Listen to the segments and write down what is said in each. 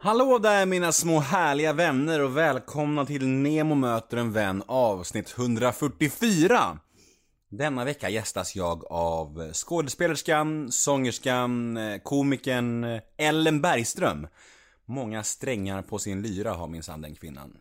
Hallå där mina små härliga vänner och välkomna till Nemo möter en vän avsnitt 144. Denna vecka gästas jag av skådespelerskan, sångerskan, komikern Ellen Bergström. Många strängar på sin lyra har minsann den kvinnan.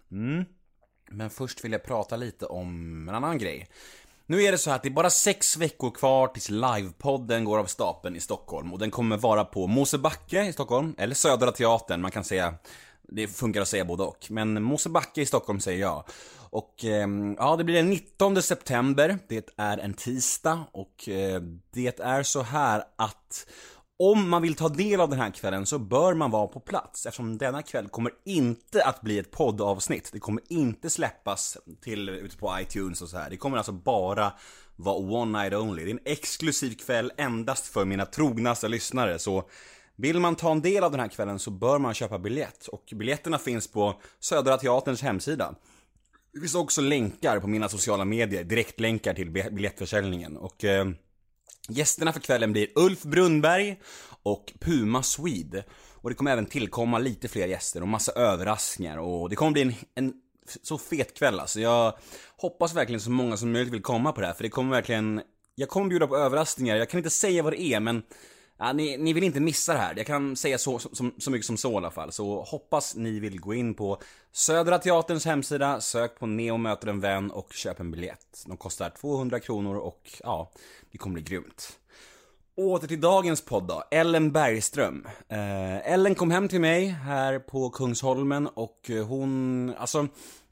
Men först vill jag prata lite om en annan grej. Nu är det så att det är bara 6 veckor kvar tills livepodden går av stapeln i Stockholm. Och den kommer vara på Mosebacke i Stockholm, eller Södra Teatern, man kan säga. Det funkar att säga både och. Men Mosebacke i Stockholm säger jag. Och ja, det blir den 19 september. Det är en tisdag. Och det är så här att om man vill ta del av den här kvällen så bör man vara på plats. Eftersom denna kväll kommer inte att bli ett poddavsnitt. Det kommer inte släppas ut på iTunes och så här. Det kommer alltså bara vara one night only. Det är en exklusiv kväll endast för mina trognaste lyssnare. Så vill man ta en del av den här kvällen så bör man köpa biljett. Och biljetterna finns på Södra Teaterns hemsida. Det finns också länkar på mina sociala medier. Direktlänkar till biljettförsäljningen. Och gästerna för kvällen blir Ulf Brunnberg och Puma Swede. Och det kommer även tillkomma lite fler gäster och massa överraskningar. Och det kommer bli en så fet kväll alltså. Jag hoppas verkligen så många som möjligt vill komma på det här. För det kommer verkligen, jag kommer bjuda på överraskningar. Jag kan inte säga vad det är, men ja, ni vill inte missa det här. Jag kan säga så mycket som så i alla fall. Så hoppas ni vill gå in på Södra Teaterns hemsida, sök på Nemo möter en vän och köp en biljett. De kostar 200 kronor och ja, det kommer bli grymt. Åter till dagens podd då, Ellen Bergström. Ellen kom hem till mig här på Kungsholmen och hon, alltså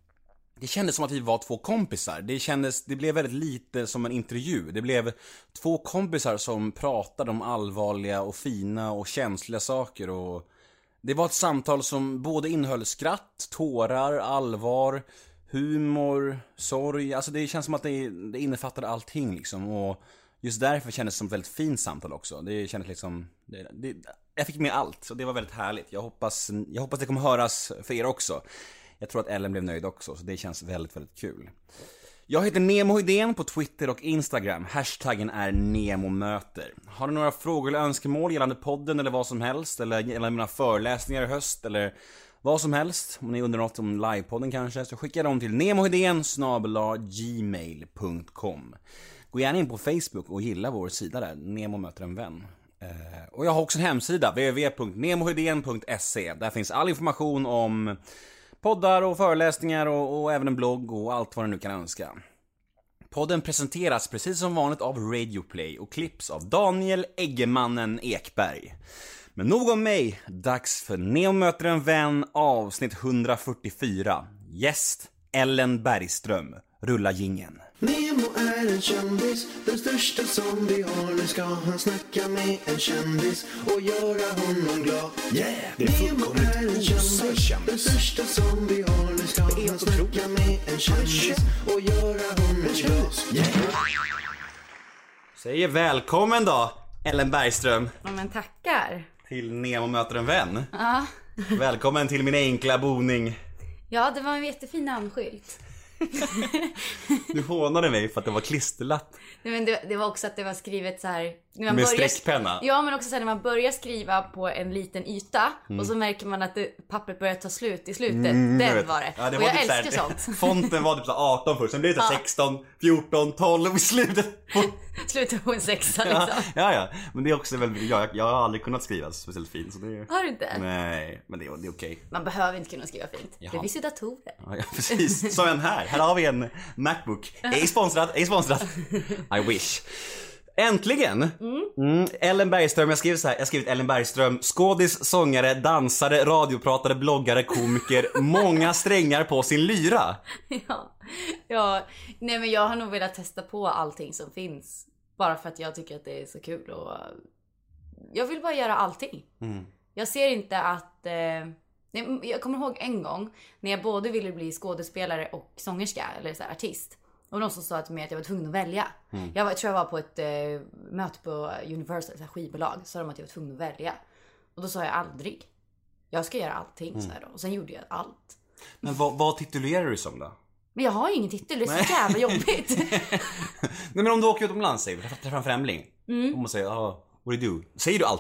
det kändes som att vi var 2 kompisar. Det blev väldigt lite som en intervju. Det blev 2 kompisar som pratade om allvarliga och fina och känsliga saker. Och det var ett samtal som både innehöll skratt, tårar, allvar, humor, sorg. Alltså det känns som att det innefattade allting liksom. Och just därför kändes det som ett väldigt fint samtal också. Det kändes liksom jag fick med allt, så det var väldigt härligt. Jag hoppas det kommer höras för er också. Jag tror att Ellen blev nöjd också, så det känns väldigt, väldigt kul. Jag heter Nemo Hydén på Twitter och Instagram. Hashtaggen är NEMOMÖTER. Har du några frågor eller önskemål gällande podden eller vad som helst? Eller gällande mina föreläsningar i höst? Eller vad som helst? Om ni undrar något om livepodden kanske, så skicka dem till nemohydén@gmail.com. Gå gärna in på Facebook och gilla vår sida där, Nemo möter en vän. Och jag har också en hemsida, www.nemohydén.se. Där finns all information om poddar och föreläsningar och även en blogg och allt vad du nu kan önska. Podden presenteras precis som vanligt av Radioplay och klipps av Daniel Eggemannen Ekberg. Men nog om mig, dags för Nemo möter en vän avsnitt 144. Gäst Ellen Bergström. Rulla jingeln. Nemo är en kändis, den största som vi har. Nu ska han snacka med en kändis och göra honom glad. Yeah, det är fullkomligt kändis, den största som vi har. Nu ska han snacka med en kändis och göra honom glad. Yeah. Säger välkommen då, Ellen Bergström. Ja, men tackar. Till Nemo möter en vän. Ja. Välkommen till min enkla boning. Ja, det var en jättefin namnskylt. Du hånade mig för att det var klisterlapp. Nej, men det var också att det var skrivet så här med streckpenna. Ja, men också så här, när man börjar skriva på en liten yta och så märker man att pappret börjar ta slut i slutet. Den var det. Ja, det och var jag typ älskar såhär, sånt. Fonten var typ så 18 först, sen blev det 16, 14, 12 och i slutet Slutet på en 6 liksom. Ja, men det är också väldigt, jag har aldrig kunnat skriva speciellt fint så det är... Har du inte? Nej, men det är okej. Man behöver inte kunna skriva fint. Jaha. Det finns ju datorer. Ja, precis. Så en här har vi en MacBook. Ej sponsrad. I wish. Äntligen! Ellen Bergström, jag har skrivit Ellen Bergström, skådis, sångare, dansare, radiopratare, bloggare, komiker, många strängar på sin lyra. Ja, nej men jag har nog velat testa på allting som finns. Bara för att jag tycker att det är så kul och jag vill bara göra allting. Jag ser inte att jag kommer ihåg en gång när jag både ville bli skådespelare och sångerska eller så här, artist. Och någon som sa till mig att jag var tvungen att välja. Jag tror jag var på ett möte på Universal, så här skivbolag. Så sa de att jag var tvungen att välja. Och då sa jag aldrig. Jag ska göra allting så här då. Och sen gjorde jag allt. Men vad titulerar du som då? Men jag har ju ingen titel, det är så jävla jobbigt. Nej, men om du åker utomlands, säger du, träffar en främling. Om man säger, what do you do? Säger du allting då?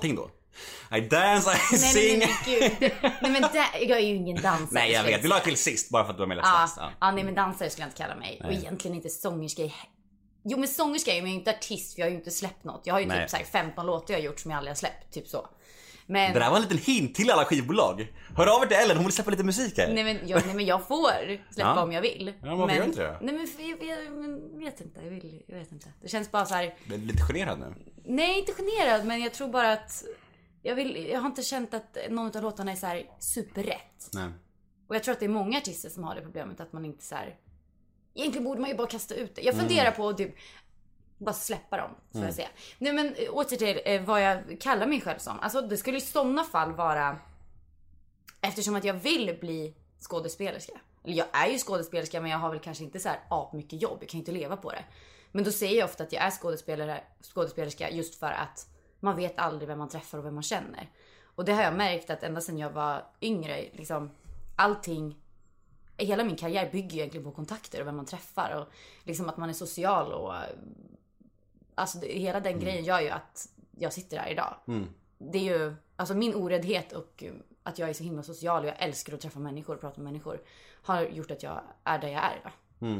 I dance, I sing. Nej, gud. Nej men jag är ju ingen dansare. Nej, jag vet. Vi la till sist bara för att du var med Let's Dance. Ja, nej men dansare skulle jag inte kalla mig. Och egentligen inte sångerska. Jo men sångerska är jag, men jag är inte artist, för jag har ju inte släppt något. Jag har ju typ så här 15 låtar jag har gjort som jag aldrig har släppt, typ så. Men det där var en liten hint till alla skivbolag. Hör av er till Ellen, hon vill släppa lite musik här. Nej men jag får släppa om jag vill. Ja, varför gör inte det? Nej men jag vet inte, jag vet inte. Det känns bara så här. Du är lite generad nu. Nej, inte generad, men jag tror bara att jag har inte känt att någon av låtarna är så här superrätt. Nej. Och jag tror att det är många artister som har det problemet att man inte så här. Egentligen borde man ju bara kasta ut det. Jag funderar på att typ bara släppa dem, får jag säga. Nej men åter till vad jag kallar mig själv som. Alltså det skulle i sådana fall vara, eftersom att jag vill bli skådespelerska. Eller jag är ju skådespelerska, men jag har väl kanske inte så här mycket jobb. Jag kan inte leva på det. Men då säger jag ofta att jag är skådespelerska just för att man vet aldrig vem man träffar och vem man känner. Och det har jag märkt att ända sedan jag var yngre, liksom allting, hela min karriär bygger egentligen på kontakter och vem man träffar och liksom att man är social och alltså hela den grejen gör ju att jag sitter här idag. Det är ju, alltså min oräddhet och att jag är så himla social och jag älskar att träffa människor och prata med människor har gjort att jag är där jag är idag.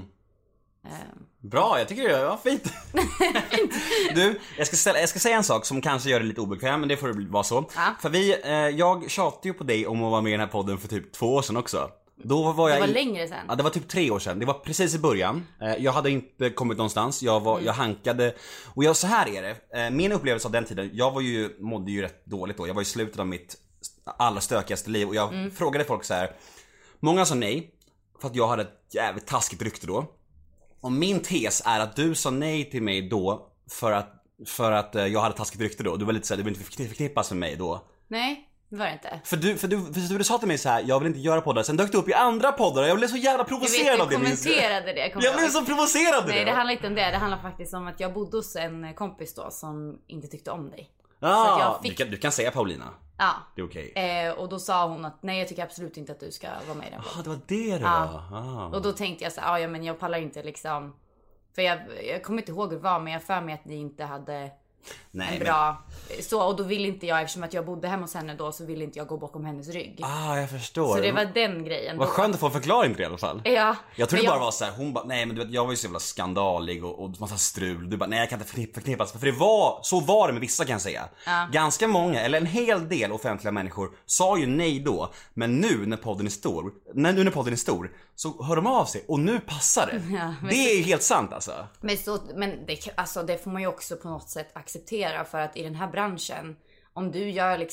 Bra, jag tycker det var fint. Du, jag ska säga en sak som kanske gör det lite obekväm, men det får vara så. För jag tjatade ju på dig om att vara med i den här podden för typ 2 år sedan också. Då var det var längre sedan. Ja, det var typ 3 år sedan. Det var precis i början. Jag hade inte kommit någonstans. Jag hankade. Och så här är det. Min upplevelse av den tiden, mådde ju rätt dåligt då. Jag var i slutet av mitt allra stökigaste liv. Och jag frågade folk så här. Många sa nej, för att jag hade ett jävligt taskigt rykte då. Och min tes är att du sa nej till mig då för att jag hade taskigt rykte då. Du var lite så här, du vill inte förknippas med mig då. Nej. Det var det inte. För du sa till mig så här: jag vill inte göra poddar. Sen dök du upp i andra poddar. Jag blev så jävla provocerad av det. Jag kommenterade det. Jag blev så provocerad. Nej, det handlar inte om det. Det handlar faktiskt om att jag bodde hos en kompis då som inte tyckte om dig. Du kan säga Paulina. Ja. Det är okej. Och då sa hon att nej, jag tycker absolut inte att du ska vara med i den podden. Det var det var. Och då tänkte jag så här, men jag pallar inte liksom. För jag kommer inte ihåg hur det var, men jag för mig att ni inte hade bra. Så, och då vill inte jag, eftersom att jag bodde hemma hos henne då, så ville inte jag gå bakom hennes rygg. Jag förstår. Så det var den grejen. Vad skönt att få en förklaring till det i alla fall. Ja. Jag tror det bara var så här, hon bara, nej men du vet, jag var ju så jävla skandalig och massa strul. Du bara, nej jag kan inte förknippas. För så var det med vissa, kan jag säga. Ganska många, eller en hel del offentliga människor sa ju nej då. Men nu när podden är stor, så hör de av sig och nu passar det. Det är ju helt sant alltså. Men det får man ju också på något sätt acceptera, för att i den här branschen, om du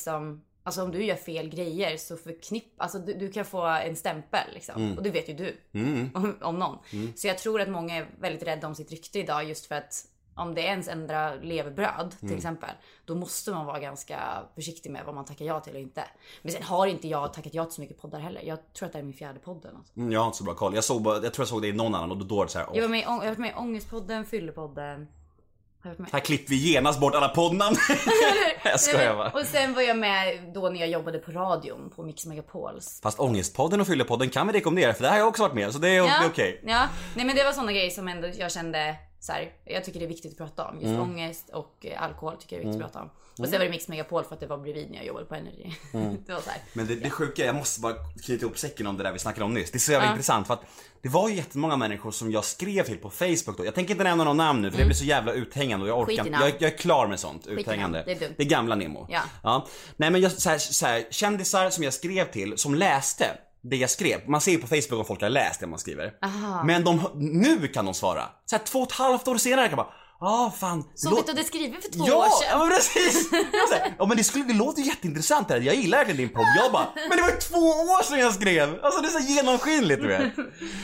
gör fel grejer så alltså du kan få en stämpel liksom. Och det vet ju du om någon. Så jag tror att många är väldigt rädda om sitt rykte idag, just för att om det ens ändra levebröd till exempel, då måste man vara ganska försiktig med vad man tackar ja till eller inte. Men sen har inte jag tackat ja till så mycket poddar heller. Jag tror att det är min 4:e podd eller något. Jag har inte så bra koll. Jag tror jag såg det i någon annan och då är det så här. Jag har varit med i Ångestpodden, Fyllepodden. Här klipper vi genast bort alla poddnamn. Jag skojar bara. Och sen var jag med då när jag jobbade på radion på Mix Megapols. Fast Ångestpodden och Fyllepodden kan vi rekommendera, för det här har jag också varit med, så det är okej. Ja, nej men det var såna grejer som ändå jag kände så här, jag tycker det är viktigt att prata om. Just ångest och alkohol tycker jag är viktigt att prata om. Och sen var det Mix Megapol för att det var bredvid när jag jobbade på Energy. Det var så här. Men det sjuka, jag måste bara knyta ihop säcken om det där vi snackade om nyss. Det är så jävla intressant, för att det var ju jättemånga människor som jag skrev till på Facebook då. Jag tänker inte nämna någon namn nu, för det blir så jävla uthängande och jag orkar inte. Jag är klar med sånt uthängande. Det är gamla Nemo. Ja. Nej men så här, kändisar som jag skrev till, som läste det jag skrev. Man ser ju på Facebook om folk har läst det man skriver. Men nu kan de svara. Så här 2,5 år senare kan man bara, fan. Så vet du, det skriver för 2 år sedan. Ja, men precis. Men det låter ju jätteintressant här. Jag gillar verkligen din podd. Jag bara, men det var ju 2 år sedan jag skrev. Alltså det är så genomskinligt, du vet.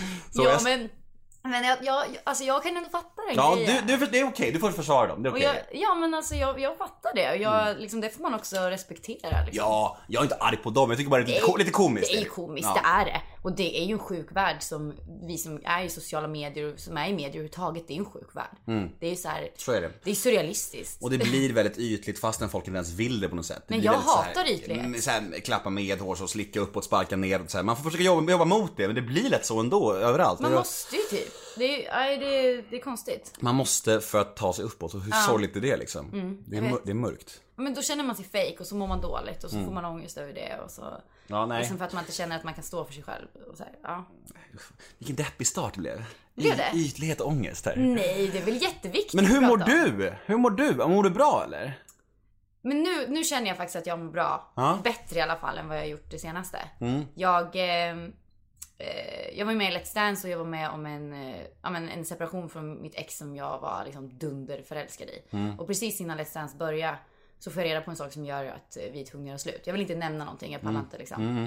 Men jag kan ändå fatta den grejen. Det är okej, du får försvara dem. Det är okej. Men alltså jag fattar det. Liksom, det får man också respektera liksom. Ja, jag är inte arg på dem. Jag tycker bara det är lite komiskt. Det är ju komiskt, det är det. Och det är ju en sjuk värld som vi som är i sociala medier, som är i medier överhuvudtaget, det är en sjuk värld. Det är ju så är det. Det är surrealistiskt. Och det blir väldigt ytligt fastän folk inte ens vill det på något sätt. Men jag hatar ytlighet. Så här, klappa med hårs och slicka upp och sparka ner och så här. Man får försöka jobba mot det, men det blir lätt så ändå överallt. Man måste ju typ. Det är konstigt. Man måste för att ta sig uppåt. Och hur sorgligt är det liksom? Det är mörkt. Men då känner man sig fake och så mår man dåligt och så får man ångest över det och så. Ja, nej. Liksom för att man inte känner att man kan stå för sig själv och så här, ja. Vilken deppig start det blev. Blev det? Ytlighet och ångest här. Nej, det är väl jätteviktigt. Men hur att mår prata om. du? Hur mår du? Mår du bra eller? Men nu känner jag faktiskt att jag mår bra. Ja. Bättre i alla fall än vad jag gjort det senaste. Jag var med i Let's Dance och jag var med om en separation från mitt ex som jag var liksom dunderförälskad i. Och precis innan Let's Dance började så får jag reda på en sak som gör att vi är tvungna att göra slut. Jag vill inte nämna någonting, jag pallar inte liksom.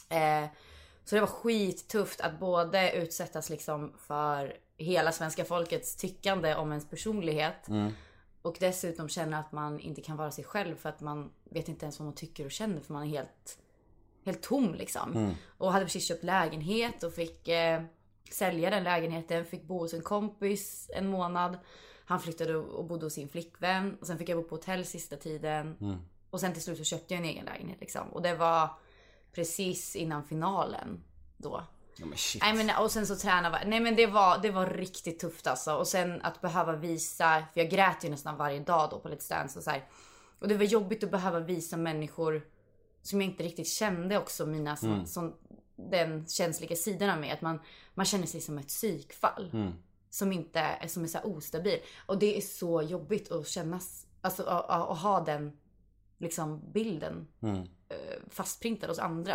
Så det var skittufft att både utsättas liksom för hela svenska folkets tyckande om ens personlighet. Och dessutom känna att man inte kan vara sig själv för att man vet inte ens vad man tycker och känner för man är helt tom liksom. Och hade precis köpt lägenhet och fick sälja den lägenheten. Fick bo hos en kompis en månad. Han flyttade och bodde hos sin flickvän. Och sen fick jag bo på hotell sista tiden. Och sen till slut så köpte jag en egen lägenhet liksom. Och det var precis innan finalen då. Ja, men shit. Nej, men, och sen så tränade jag. Nej men det var riktigt tufft alltså. Och sen att behöva visa. För jag grät ju nästan varje dag då på Let's Dance och så här. Och det var jobbigt att behöva visa människor som jag inte riktigt kände också mina som den känsliga sidan av mig, att man känner sig som ett psykfall som är så här ostabil, och det är så jobbigt att kännas, alltså att ha den liksom bilden fastprintad hos andra.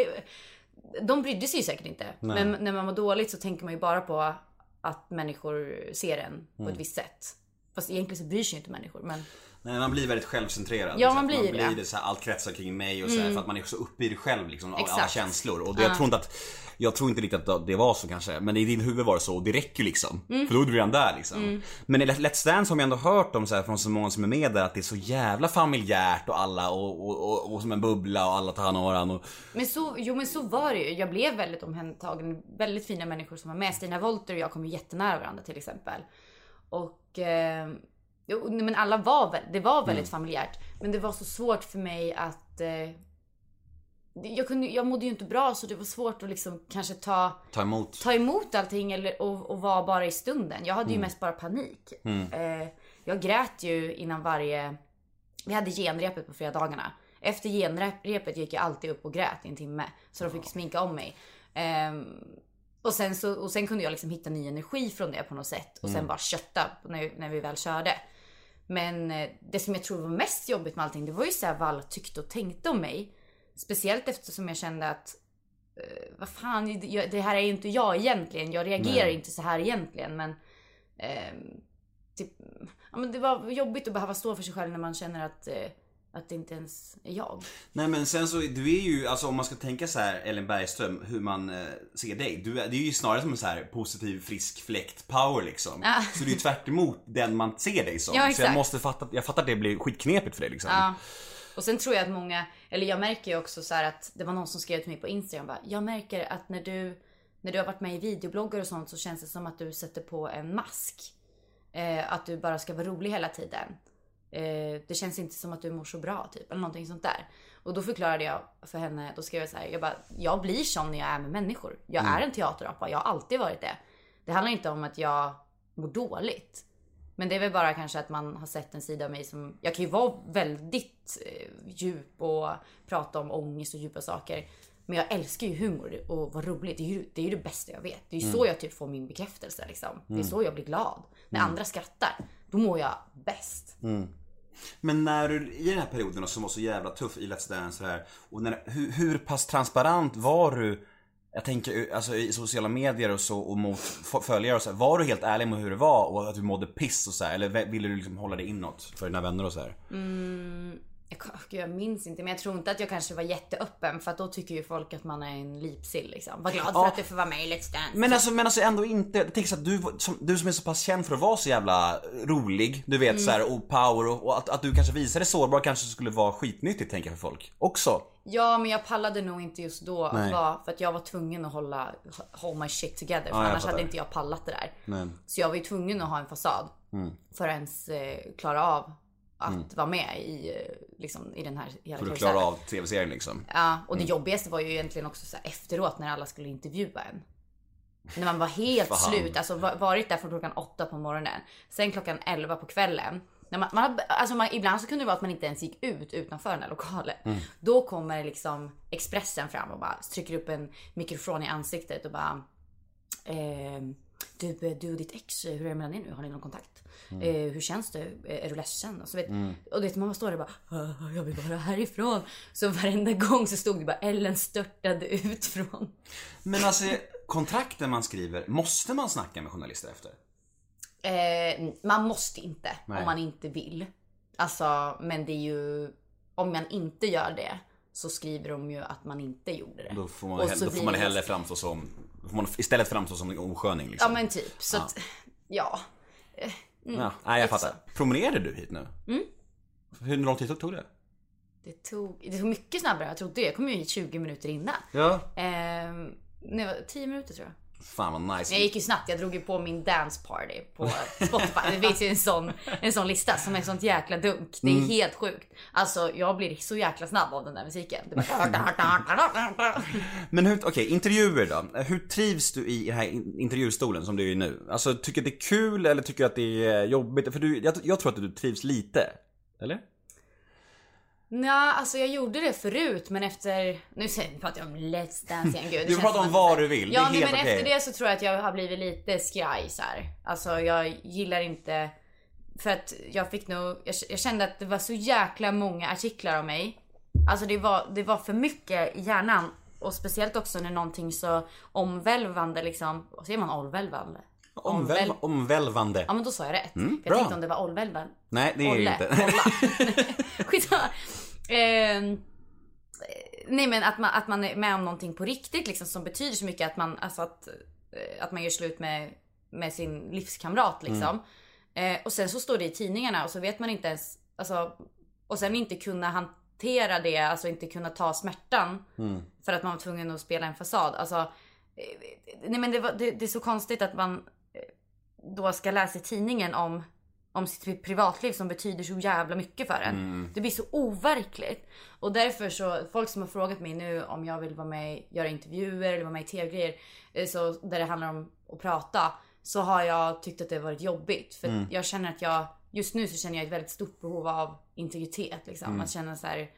De brydde sig ju säkert inte. Men när man var dåligt så tänker man ju bara på att människor ser en på ett visst sätt. Fast egentligen så bryr sig inte människor, men Nej, man blir väldigt självcentrerad. Ja, man blir det så här, allt kretsar kring mig och så här, för att man är så uppe i det själv liksom, av alla Exakt. känslor. Och det, jag tror inte riktigt att det var så kanske, men i din huvud var det så, och det räcker liksom. För då är du redan där liksom. Men i Let's Dance har man ändå hört om så här, från så många som är med där, att det är så jävla familjärt och alla och som en bubbla och alla tar hand om varandra. Men så var det ju. Jag blev väldigt omhändertagen. Väldigt fina människor som var med. Stina Wolter och jag kom ju jättenära varandra till exempel. Och men alla det var väldigt familjärt. Men det var så svårt för mig att jag mådde ju inte bra, så det var svårt att liksom kanske ta emot allting och vara bara i stunden. Jag hade ju mest bara panik. Jag grät ju innan vi hade genrepet på fredagarna. Efter genrepet gick jag alltid upp och grät i en timme, så de fick sminka om mig. Och sen kunde jag liksom hitta ny energi från det på något sätt. Och sen bara kötta när vi väl körde. Men det som jag tror var mest jobbigt med allting, det var ju så här vad alla tyckte och tänkte om mig. Speciellt eftersom jag kände att vad fan, det här är ju inte jag egentligen. Jag reagerar inte så här egentligen. Men men det var jobbigt att behöva stå för sig själv när man känner att det inte ens är jag. Nej, men sen så, du är ju, alltså om man ska tänka så här, Ellen Bergström, hur man ser dig, det är ju snarare som en så här positiv, frisk fläkt power liksom. Så det är ju tvärt emot den man ser dig som. Ja, så jag fattar att det blir skitknepigt för dig liksom. Ja. Och sen tror jag att jag märker ju också så här att det var någon som skrev till mig på Instagram bara, jag märker att när du har varit med i videobloggar och sånt, så känns det som att du sätter på en mask. Att du bara ska vara rolig hela tiden. Det känns inte som att du mår så bra typ, eller någonting sånt där. Och då förklarade jag för henne, då skrev jag så här, jag blir sån när jag är med människor. Jag är en teaterapa, jag har alltid varit det. Det handlar inte om att jag mår dåligt. Men det är väl bara kanske att man har sett en sida av mig som, jag kan ju vara väldigt djup och prata om ångest och djupa saker. Men jag älskar ju humor och vara roligt. Det är ju det bästa jag vet. Det är ju så jag typ får min bekräftelse liksom. Det är så jag blir glad. När andra skrattar, då mår jag bäst. Men när du i den här perioden som var så jävla tuff i Let's Dance här, och hur pass transparent var du, jag tänker alltså i sociala medier och så, och mot följare och så här, var du helt ärlig med hur det var och att du mådde piss och så här, eller ville du liksom hålla det inåt för dina vänner och så här? Jag minns inte, men jag tror inte att jag kanske var jätteöppen, för att då tycker ju folk att man är en lipsill liksom. Var glad för att du får vara med i Let's Dance. Men alltså ändå inte. Jag tänker så att du som är så pass känd för att vara så jävla rolig, du vet så här, och power, och att du kanske visade sårbar kanske skulle vara skitnyttigt, tänker jag, för folk också. Ja, men jag pallade nog inte just då för att jag var tvungen att hold my shit together, för annars hade inte jag pallat det där. Så jag var ju tvungen att ha en fasad för att ens klara av att vara med i den här hela för att klara av tv-serien liksom. Ja, och det jobbigaste var ju egentligen också så här, efteråt när alla skulle intervjua en. När man var helt slut. Alltså varit där från klockan 8 på morgonen. Sen klockan 11 på kvällen. När ibland så kunde det vara att man inte ens gick ut utanför den här lokalen. Då kommer liksom Expressen fram och bara trycker upp en mikrofon i ansiktet och bara du och ditt ex, hur är det mellan er nu? Har ni någon kontakt? Hur känns det? Är du ledsen? Och så vet, och det man står där och bara jag vill bara härifrån. Så varenda gång så stod det bara Ellen störtade ut från. Men alltså kontrakten man skriver, måste man snacka med journalister efter? Man måste inte. Nej. Om man inte vill. Alltså, men det är ju, om man inte gör det så skriver de ju att man inte gjorde det. Då får man hellre framstå som, istället framstå som en osköning liksom. Ja men typ, så att, ja. Nej, jag fattar. Promenerade du hit nu? Hur lång tid tog det? Det tog mycket snabbare än jag trodde. Jag kom ju hit 20 minuter innan. Ja. Det var 10 minuter tror jag. Fan vad nice. Jag gick ju snabbt, jag drog ju på min dance party på Spotify. Det finns ju en sån lista som är sånt jäkla dunk. Det är helt sjukt. Alltså jag blir så jäkla snabb av den där musiken. Det bara... Men okej, intervjuer då. Hur trivs du i den här intervjustolen som du är nu? Alltså tycker du det är kul eller tycker du att det är jobbigt? För jag tror att du trivs lite. Eller? Ja, alltså jag gjorde det förut, men efter... Nu pratar jag om Let's Dance igen, gud. Du pratar om vad du vill, ja, det är helt men okej. efter det så tror jag att jag har blivit lite skraj så här. Alltså jag gillar inte... För att jag fick nog... Jag kände att det var så jäkla många artiklar om mig. Alltså det var för mycket i hjärnan. Och speciellt också när någonting så omvälvande liksom... Vad säger man? Omvälvande? Omvälvande. Ja men då sa jag rätt. Jag bra. tänkte om det var omvälvande. Nej, det är det inte. Skitsamma. Nej men att man är med om någonting på riktigt liksom, som betyder så mycket att man, alltså att man gör slut med sin livskamrat liksom. Och sen så står det i tidningarna och så vet man inte ens, alltså, och sen inte kunna hantera det, alltså inte kunna ta smärtan för att man var tvungen att spela en fasad. Alltså, nej men det är så konstigt att man då ska läsa i tidningen om sitt privatliv som betyder så jävla mycket för en. Det blir så overkligt. Och därför så, folk som har frågat mig nu om jag vill vara med, göra intervjuer eller vara med i tv-grejer så, där det handlar om att prata, så har jag tyckt att det har varit jobbigt. För jag känner att just nu så känner jag ett väldigt stort behov av integritet liksom. Att känna så här,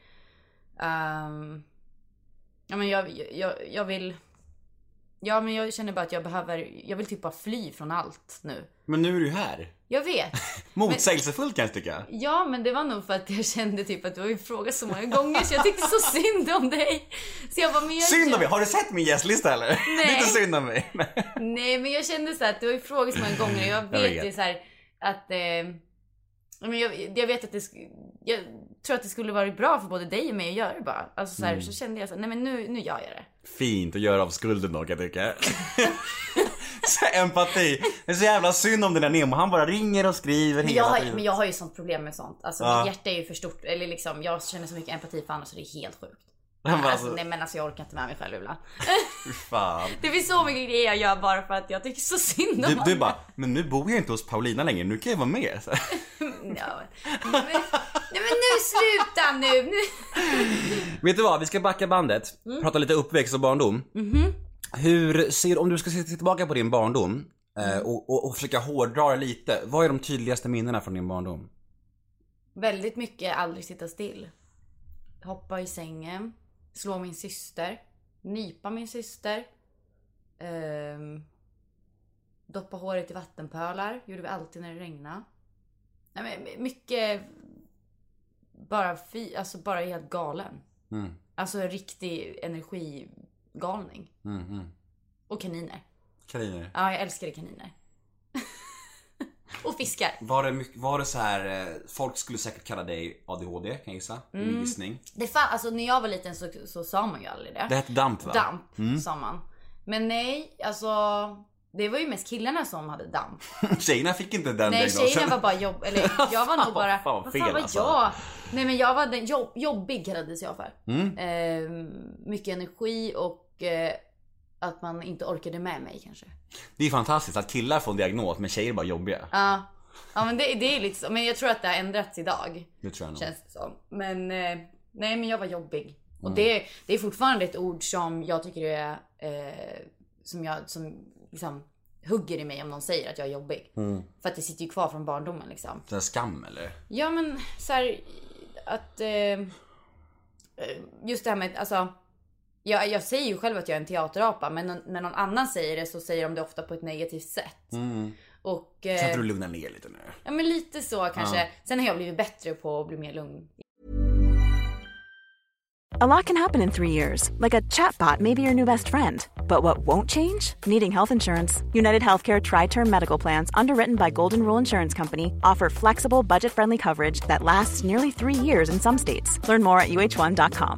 ja men jag vill... Ja men jag känner bara att jag vill typ bara fly från allt nu. Men nu är du här. Jag vet. Motsägelsefullt kan jag tycka. Ja men det var nog för att jag kände typ att du har ju frågat så många gånger så jag tyckte så synd om dig. Så jag bara, men synd om mig? Har du sett min gästlista eller? Nej. Lite synd om mig. Nej men jag kände så här att du har ju frågat så många gånger och jag vet ju så här att men jag vet att jag tror att det skulle vara bra för både dig och mig att göra det bara. Alltså så här, så kände jag så här, nej men nu gör jag det. Fint att göra av skulden då, kan jag tycka. Så empati. Det är så jävla synd om den där Nemo. Han bara ringer och skriver hela tiden. Men jag har ju sånt problem med sånt. Alltså mitt hjärta är ju för stort. Eller liksom, jag känner så mycket empati för andra så det är helt sjukt. Nej men alltså jag orkar inte med mig själv ibland. Fan. Det finns så mycket grejer jag gör bara för att jag tycker så synd om du bara, men nu bor jag inte hos Paulina längre. Nu kan jag vara med. Så. Nej men nu sluta nu. Vet du vad, vi ska backa bandet. Prata lite uppväxt och barndom. Om du ska se tillbaka på din barndom och försöka hårdra det lite. Vad är de tydligaste minnena från din barndom? Väldigt mycket aldrig sitta still. Hoppa i sängen. Slå min syster. Nypa min syster. Doppa håret i vattenpölar. Gjorde vi alltid när det regnade. Nej, men mycket bara helt galen. Alltså riktig energigalning. Och kaniner. Kaniner? Ja, jag älskade kaniner. Och fiskar. Var det så här, folk skulle säkert kalla dig ADHD, kan jag gissa? Min gissning. Alltså när jag var liten så sa man ju aldrig det. Det hette damp va? Damp sa man. Men nej, alltså det var ju mest killarna som hade damp. Tjejerna fick inte den diagnosen. Nej, tjejerna var bara eller jag var nog bara... Vad fel var alltså. jag? Nej men jag var den jobbig kallades jag för. Mycket energi och att man inte orkade med mig kanske. Det är fantastiskt att killar får en diagnos men tjejer är bara jobbiga. Ja men det är lite så. Men jag tror att det har ändrats idag. Det tror jag nog. Känns det som. Men nej men jag var jobbig. Och det är fortfarande ett ord som jag tycker är som liksom hugger i mig om någon säger att jag är jobbig. För att det sitter ju kvar från barndomen liksom. Det är skam eller? Ja men så här, att just det här med alltså jag säger ju själv att jag är en teaterapa, men när någon annan säger det så säger de det ofta på ett negativt sätt. Och Kan inte du lugna ner lite nu? ja men lite så kanske. Sen har jag blivit bättre på att bli mer lugn. A lot can happen in 3 years, like a chatbot may be your new best friend. But what won't change? Needing health insurance. United Healthcare Tri-Term Medical Plans, underwritten by Golden Rule Insurance Company, offer flexible, budget-friendly coverage that lasts nearly 3 years in some states. Learn more at uh1.com.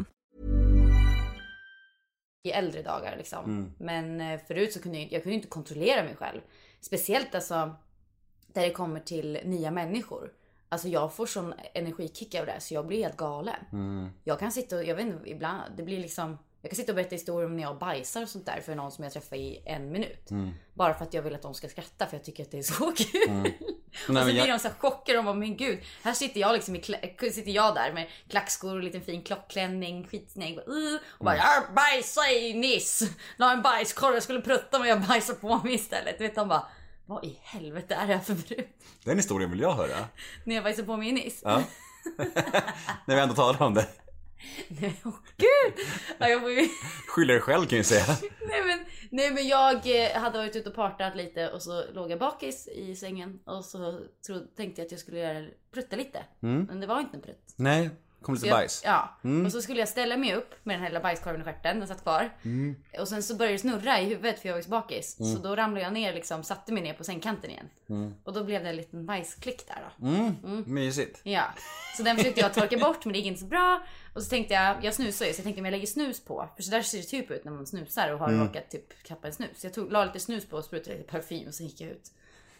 I äldre dagar liksom. Men förut så kunde jag kunde inte kontrollera mig själv. Speciellt alltså där det kommer till nya människor. Alltså jag får sån energikick av det så jag blir helt galen. Jag kan sitta och, jag vet inte, ibland, det blir liksom, jag kan sitta och berätta historier om när jag bajsar och sånt där för någon som jag träffar i 1 minut. Bara för att jag vill att de ska skratta för jag tycker att det är så kul. Och så blir de så chockade och bara, men gud, här sitter jag liksom sitter jag där med klackskor och liten fin klockklänning, skitsnägg och bara, jag bajsar i Niss. La en bajskorv, jag skulle prutta men jag bajsar på mig istället. Vet de bara, vad i helvete är det här för brud? Den historien vill jag höra. När jag bajsar på mig i Niss. Ja. När vi ändå talar om det. Nej, gud! Ja, jag får ju... Skyller dig själv kan jag säga. Nej men jag hade varit ute och partat lite och så låg jag bakis i sängen och så tänkte jag att jag skulle prutta lite. Men det var inte en prutt. Nej, kom lite bajs. Ja, och så skulle jag ställa mig upp med den här lilla bajskorven i stjärten, den satt kvar. Och sen så började det snurra i huvudet för jag var så bakis. Så då ramlade jag ner liksom, satte mig ner på sängkanten igen. Och då blev det en liten bajsklick där då. Mysigt. Ja, så den försökte jag torka bort men det gick inte så bra. Och så tänkte jag snusar ju, så jag tänkte om jag lägger snus på. För så där ser det typ ut när man snusar och har råkat typ kappa en snus. Så jag la lite snus på och sprutade lite parfym och så gick jag ut.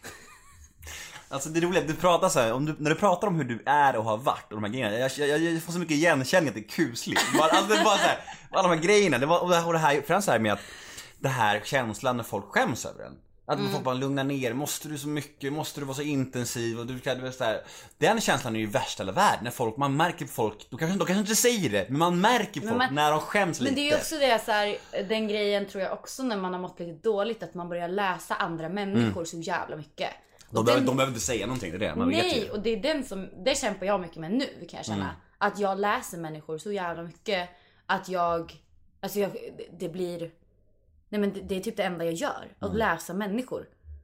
Alltså det är roligt, du pratar så här, när du pratar om hur du är och har varit och de här grejerna, jag får så mycket igenkänning att det är kusligt. Alltså det är bara så här, alla de här grejerna, och det här främst så här med att det här känslan när folk skäms över en. Att folk bara lugnar ner, måste du så mycket, måste du vara så intensiv och du kan så här. Den känslan är ju värst i hela världen när folk, man märker på folk, de kanske inte säger det, men man märker på folk när de skäms lite. Men det är ju också det så här, den grejen tror jag också när man har mått lite dåligt, att man börjar läsa andra människor så jävla mycket. De behöver inte säga någonting, det är det. Man vet ju. Och det är den som, det kämpar jag mycket med nu kan jag känna. Att jag läser människor så jävla mycket att det blir, nej men det är typ det enda jag gör. Att läsa människor.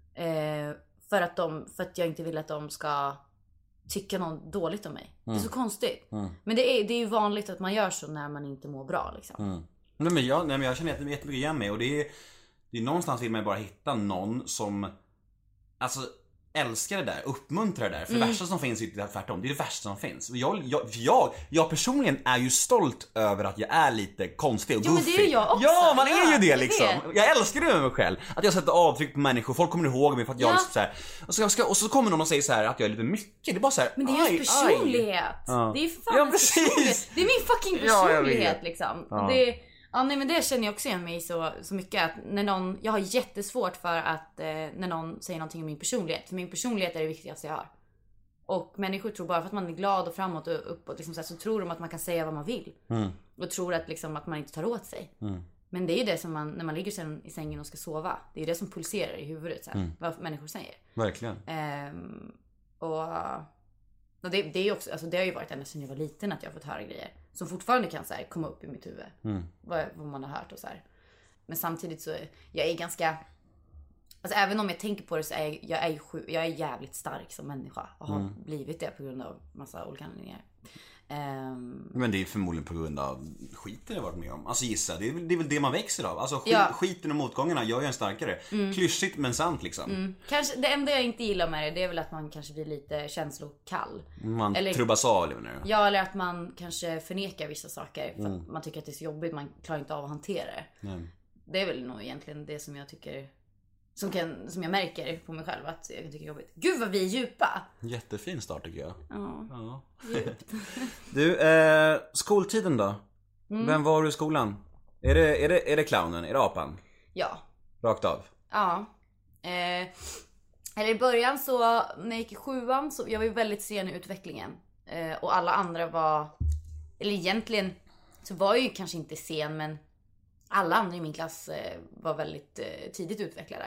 För att jag inte vill att de ska tycka något dåligt om mig. Det är så konstigt. Men det är ju vanligt att man gör så när man inte mår bra liksom. Nej men jag känner jättemycket igen mig. Och det är någonstans vill man bara hitta någon som alltså älskar det där, uppmuntrar det där. För det värsta som finns är tvärtom. Det är det värsta som finns. Och jag personligen är ju stolt över att jag är lite konstig och goofy. Ja, men det är jag också. Ja, man är ju det jag liksom. vet. Jag älskar det med mig själv. Att jag sätter avtryck på människor. Folk kommer ihåg mig för att jag är så här. Och så kommer någon och säger så här att jag är lite mycket. Det är bara så här. Men det är ju personlighet. Ja. Det är fan personlighet. Det är min fucking personlighet liksom. Ja. Det, ja, nej, men det känner jag också igen mig så mycket att när någon, jag har jättesvårt för att när någon säger någonting om min personlighet. För min personlighet är det viktigaste jag har. Och människor tror bara för att man är glad och framåt och uppåt liksom, så tror de att man kan säga vad man vill. Och tror att, liksom, att man inte tar åt sig. Men det är ju det som när man ligger sen i sängen och ska sova. Det är ju det som pulserar i huvudet så här, vad människor säger. Verkligen. Och det är ju också, alltså det har ju varit ända sedan jag var liten att jag har fått höra grejer som fortfarande kan så här, komma upp i mitt huvud. Vad man har hört och så här. Men samtidigt så jag är ganska, alltså även om jag tänker på det så är jag är jävligt stark som människa och har blivit det på grund av massa olika anledningar. Men det är förmodligen på grund av skiten jag varit med om. Alltså gissa, det är väl det man växer av. Alltså skiten och motgångarna gör ju en starkare. Klyschigt men sant liksom. Kanske, det enda jag inte gillar med det är väl att man kanske blir lite känslokall. Man trubbas av eller vad. Ja, eller att man kanske förnekar vissa saker för att man tycker att det är så jobbigt. Man klarar inte av att hantera det. Det är väl nog egentligen det som jag tycker, som jag märker på mig själv att jag tycker är jobbigt. Gud vad vi är djupa. Jättefin start tycker jag. Ja. Djupt. Du, skoltiden då? Vem var du i skolan? Är det clownen? Är det apan? Ja. Rakt av? Ja. Eller i början så när jag gick i 7:an så jag var ju väldigt sen i utvecklingen. Och alla andra var, eller egentligen så var jag ju kanske inte sen, men alla andra i min klass var väldigt tidigt utvecklade.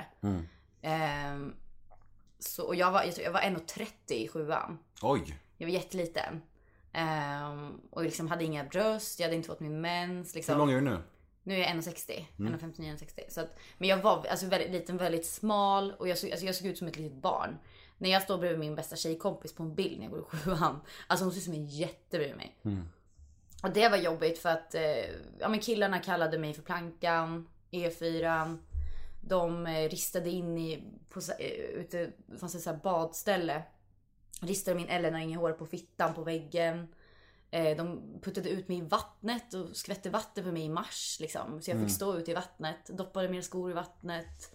Så, och jag var 1,30 i 7:an. Oj. Jag var jätteliten. Och liksom hade inga bröst. Jag hade inte fått min mens. Liksom. Hur lång är du nu? Nu är jag 1,60. 1,59-1,60. Så att, men jag var alltså väldigt liten, väldigt smal. Och jag såg ut som ett litet barn. När jag står bredvid min bästa tjejkompis på en bild när jag går i 7:an. Alltså hon ser ut som en jätte bredvid mig. Och det var jobbigt för att men killarna kallade mig för plankan. E4. De ristade in ute, det fanns ett så här badställe. Ristade min Ellen och inget hår på fittan på väggen. De puttade ut mig i vattnet och skvätte vatten för mig i mars liksom. Så jag fick stå ute i vattnet. Doppade mina skor i vattnet.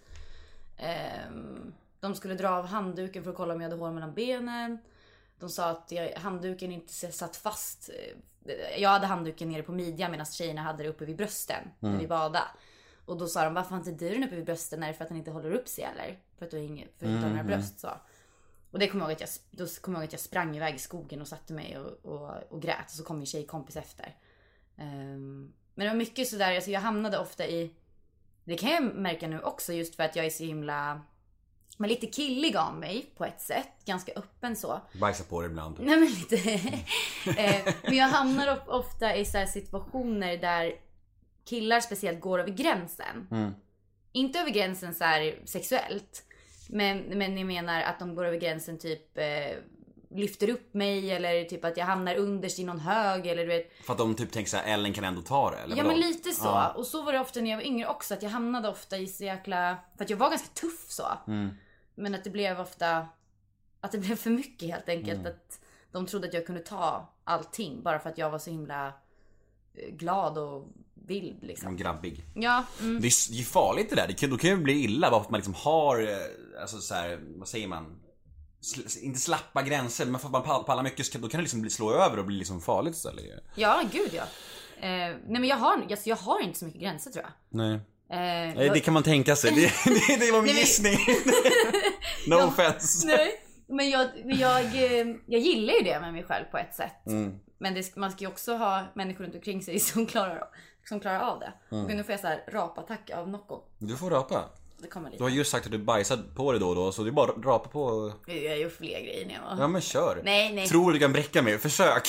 De skulle dra av handduken för att kolla om jag hade hår mellan benen. De sa att handduken inte satt fast. Jag hade handduken nere på midjan medan tjejerna hade det uppe vid brösten när vi badade. Och då sa de, varför har inte du den uppe vid brösten? Är det för att den inte håller upp sig eller? För att du inte har några bröst så. Och det kommer jag ihåg att jag sprang iväg i skogen och satte mig och grät. Och så kom min tjejkompis efter. Men det var mycket sådär, alltså jag hamnade ofta i... Det kan jag märka nu också just för att jag är så himla... Men lite killig av mig på ett sätt. Ganska öppen så. Bajsa på det ibland. Nej men lite. Men jag hamnar ofta i så här situationer där killar speciellt går över gränsen. Inte över gränsen så här sexuellt. Men jag menar att de går över gränsen typ lyfter upp mig eller typ att jag hamnar underst i någon hög eller du vet. För att de typ tänker så här, Ellen kan ändå ta det eller ja vadå? Men lite så. Ja. Och så var det ofta när jag var yngre också att jag hamnade ofta i så jäkla för att jag var ganska tuff så. Men att det blev ofta att det blev för mycket helt enkelt att de trodde att jag kunde ta allting bara för att jag var så himla glad och vild liksom. Grabbig. Ja. Det är ju farligt det där. Då kan ju bli illa bara för att man liksom har alltså så här, vad säger man? Inte slappa gränser, men för att man pallar mycket då kan det liksom slå över och bli liksom farligt istället. Ja, gud ja. Nej men jag har inte så mycket gränser tror jag. Nej. Det kan man tänka sig. Det var min gissning. No offense. Nej. Men jag gillar ju det med mig själv på ett sätt. Men man ska ju också ha människor runt omkring sig som klarar av det. Och nu får jag så här rapattack av Nocco. Du får rapa. Det kommer lite. Du har just sagt att du bajsade på det då så det är bara att rapa på. Jag gör fler grejer när jag var. Ja men kör. Nej. Tror du kan bräcka mig? Försök.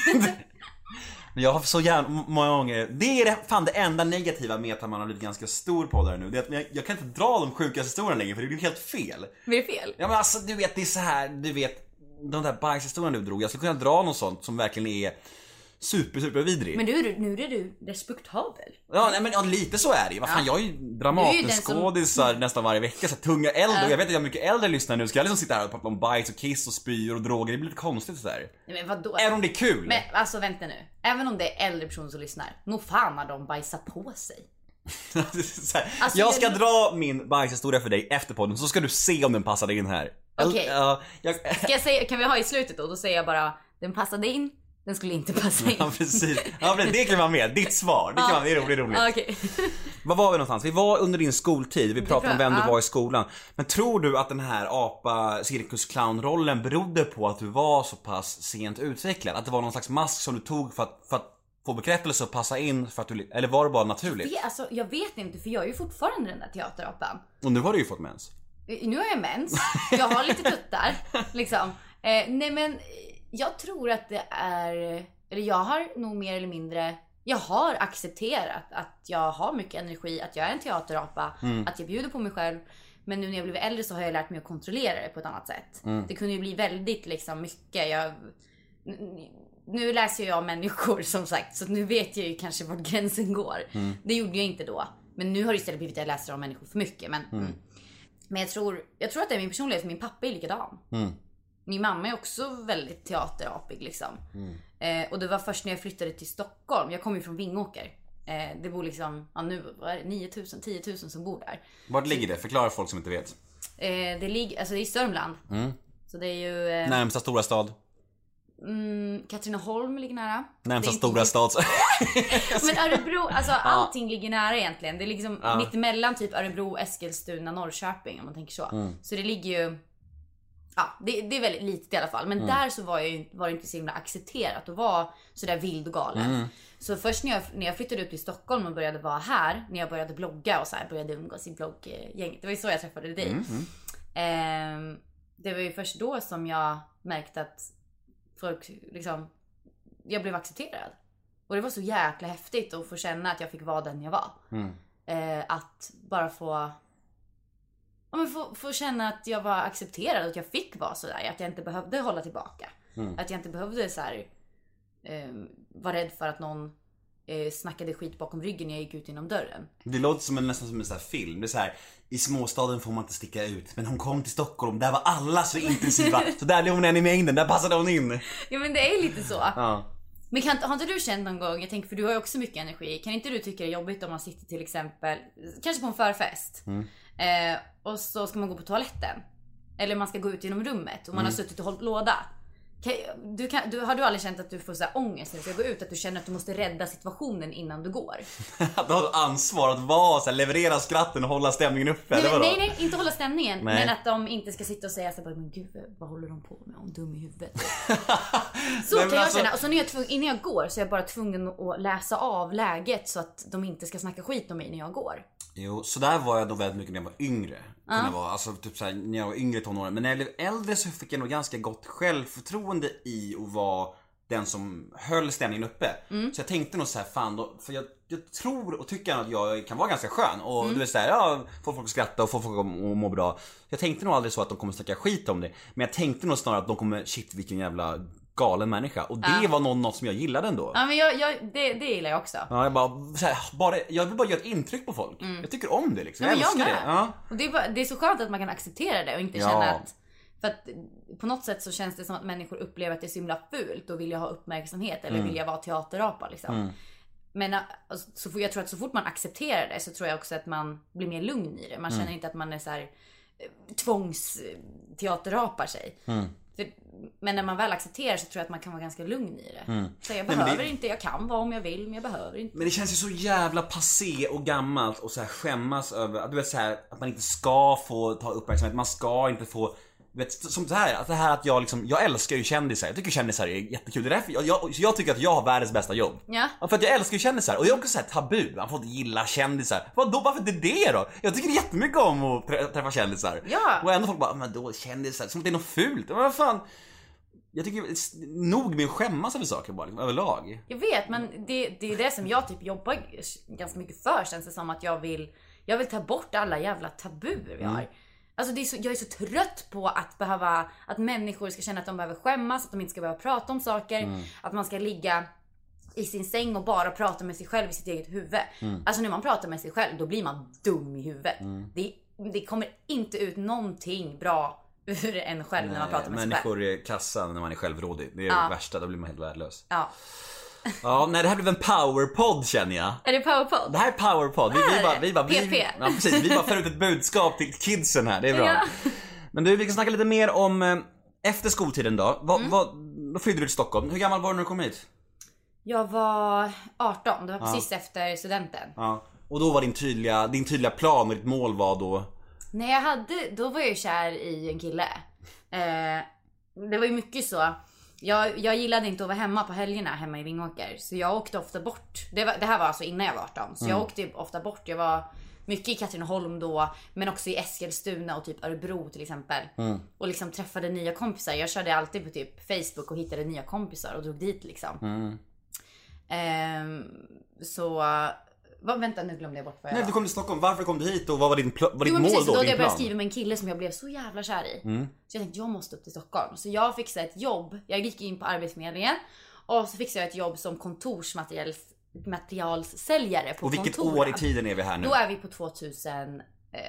Men jag har så gärna många gånger. Det är fan det enda negativa med att man har blivit ganska stor på det nu. Det är att jag kan inte dra de sjukaste historierna längre för det blir helt fel. Blir det fel? Ja men alltså du vet det är så här, du vet de där bajshistorierna du drog. Jag skulle kunna dra något sånt som verkligen är super vidrig. Men nu är du respektabel. Ja, nej, men ja, lite så är det. Vad fan, jag är ju dramatisk-skådisar nästan varje vecka. Så tunga äldre. Jag vet att jag är mycket äldre lyssnar nu. Ska jag liksom sitta här och prata om bajs och kiss och spyr och droger. Det blir lite konstigt så där. Nej, men vadå? Även om det är kul. Men alltså vänta nu. Även om det är äldre personer som lyssnar. Nog fan har de bajsat på sig. Alltså, jag ska dra min bajshistoria för dig efter podden. Så ska du se om den passar in här. Okej. Ska jag säga, kan vi ha i slutet då? Då säger jag bara, den passade in. Den skulle inte passa in. Ja precis. Ja, men det kan vara med. Ditt svar. Det kan vara, det är roligt. Okay. Var var vi någonstans? Vi var under din skoltid. Vi pratade om vem du var i skolan. Men tror du att den här cirkusclown-rollen berodde på att du var så pass sent utvecklad? Att det var någon slags mask som du tog för att få bekräftelse och passa in för att du, eller var det bara naturligt? Jag vet inte, för jag är ju fortfarande den där teaterapan. Och nu har du ju fått mens. Nu har jag mens. Jag har lite tuttar liksom. Nej men jag tror att det är, eller jag har nog mer eller mindre, jag har accepterat att jag har mycket energi, att jag är en teaterapa, att jag bjuder på mig själv. Men nu när jag blivit äldre så har jag lärt mig att kontrollera det på ett annat sätt. Det kunde ju bli väldigt liksom mycket. Nu läser jag jag som sagt, så nu vet jag ju kanske vart gränsen går. Det gjorde jag inte då. Men nu har det istället blivit att jag läser om människor för mycket. Men jag tror att det är min personlighet, för min pappa är likadan. Min mamma är också väldigt teaterapig liksom. Och det var först när jag flyttade till Stockholm. Jag kommer ju från Vingåker. Det bor liksom, nu var det 10 000 som bor där. Vart ligger det? Förklara folk som inte vet. Det ligger, alltså det är i Sörmland. Så det är ju närmsta stora stad. Katrineholm ligger nära. Närmsta stora stad. Men Örebro, alltså allting ligger nära egentligen. Det är liksom mitt emellan typ Örebro, Eskilstuna, Norrköping om man tänker så. Så det ligger ju, Ja, det är väldigt litet i alla fall. Men där så var det inte så himla accepterat att vara sådär vild och galen. Så först när jag flyttade ut till Stockholm och började vara här, när jag började blogga och så här, började umgås i blogggänget. Det var ju så jag träffade dig. Det var ju först då som jag märkte att folk liksom, jag blev accepterad. Och det var så jäkla häftigt att få känna att jag fick vara den jag var. Att bara få känna att jag var accepterad, att jag fick vara sådär, att jag inte behövde hålla tillbaka. Att jag inte behövde så här, vara rädd för att någon snackade skit bakom ryggen när jag gick ut genom dörren. Det låter som nästan som en sån här film. Det är så här, i småstaden får man inte sticka ut, men hon kom till Stockholm, där var alla så intensiva. Så där blev hon en i mängden, där passade hon in. Ja, men det är lite så. Ja. Men har inte du känt någon gång, jag tänker, för du har ju också mycket energi, kan inte du tycka det är jobbigt om man sitter till exempel, kanske på en förfest, och så ska man gå på toaletten, eller man ska gå ut genom rummet och man har suttit och hållit låda. Har du aldrig känt att du får så här ångest när du ska gå ut, att du känner att du måste rädda situationen innan du går? Att du har ansvar att vara så här, leverera skratten och hålla stämningen uppe. Nej, inte hålla stämningen. Nej. Men att de inte ska sitta och säga så här, men gud, vad håller de på med? Om dum i huvudet. Så kan jag känna. Och så innan jag går så är jag bara tvungen att läsa av läget så att de inte ska snacka skit om mig när jag går. Jo, så där var jag då väldigt mycket när jag var yngre. Alltså typ så här, när jag var yngre tonåren. Men när jag blev äldre så fick jag nog ganska gott självförtroende i att vara den som höll stämningen uppe. Så jag tänkte nog så här, fan då, för jag tror och tycker att jag kan vara ganska skön. Och du vet så här, ja, få folk att skratta och få folk att må bra. Jag tänkte nog aldrig så att de kommer snacka skit om det. Men jag tänkte nog snarare att de kommer, shit vilken jävla galen människa. Och det var något som jag gillade ändå. Ja, men det gillar jag också. Ja, jag vill bara göra ett intryck på folk. Jag tycker om det liksom. Jag älskar det. Ja. Och det är så skönt att man kan acceptera det och inte känna att, för att på något sätt så känns det som att människor upplever att det är så himla fult och vill ha uppmärksamhet eller vill jag vara teaterapa liksom. Men jag tror att så fort man accepterar det så tror jag också att man blir mer lugn i det. Man känner inte att man är så här tvångsteaterapar sig. Men när man väl accepterar så tror jag att man kan vara ganska lugn i det. Så jag behöver inte, jag kan vara om jag vill, men jag behöver inte. Men det känns ju så jävla passé och gammalt och så här skämmas över, du vet så här, att man inte ska få ta uppmärksamhet, man ska inte få, vet, som så här, att det här att jag älskar ju kändisar. Jag tycker kändisar är jättekul. Det är därför jag tycker att jag har världens bästa jobb. Ja. För att jag älskar ju kändisar. Och jag är också så här tabu. Man får inte gilla kändisar. Varför inte det då? Jag tycker jättemycket om att träffa kändisar. Ja. Och ändå folk bara, men då kändisar, som att det är något fult. Men vad fan? Jag tycker nog med att skämmas över saker bara, liksom, överlag. Jag vet, men det är det som jag typ jobbar ganska mycket för. Känns det som att jag vill ta bort alla jävla tabuer vi har. Alltså jag är så trött på att människor ska känna att de behöver skämmas, att de inte ska behöva prata om saker, att man ska ligga i sin säng och bara prata med sig själv i sitt eget huvud. Alltså när man pratar med sig själv, då blir man dum i huvudet. Det kommer inte ut någonting bra ur en själv när man pratar med sig själv. Människor är kassan när man är självrådig. Det är det värsta, då blir man helt värdelös. Ja. Ja, nej, det här blev en powerpod känner jag. Är det powerpod? Det här är powerpod. PP. Vi bara för ut ett budskap till kidsen här. Det är bra. Ja. Men du, vi kan snacka lite mer om efter skoltiden då. Då flydde du till Stockholm. Hur gammal var du när du kom hit? Jag var 18. Det var precis efter studenten. Ja. Och då var din tydliga plan och ditt mål var då? Då var jag kär i en kille. Det var ju mycket så. Jag gillade inte att vara hemma på helgerna hemma i Vingåker. Så jag åkte ofta bort. Det här var alltså innan jag var 18. Så jag åkte ofta bort. Jag var mycket i Katrineholm då. Men också i Eskilstuna och typ Örebro till exempel. Och liksom träffade nya kompisar. Jag körde alltid på typ Facebook och hittade nya kompisar och drog dit liksom. Vänta, nu glömde jag bort vad jag... Nej, du kom till Stockholm. Varför kom du hit och vad var ditt mål då? Då jag började skriva med en kille som jag blev så jävla kär i. Så jag tänkte, jag måste upp till Stockholm. Så jag fixade ett jobb. Jag gick in på Arbetsförmedlingen. Och så fixade jag ett jobb som kontorsmaterialssäljare på kontoren. Och vilket år i tiden är vi här nu? Då är vi på 2009.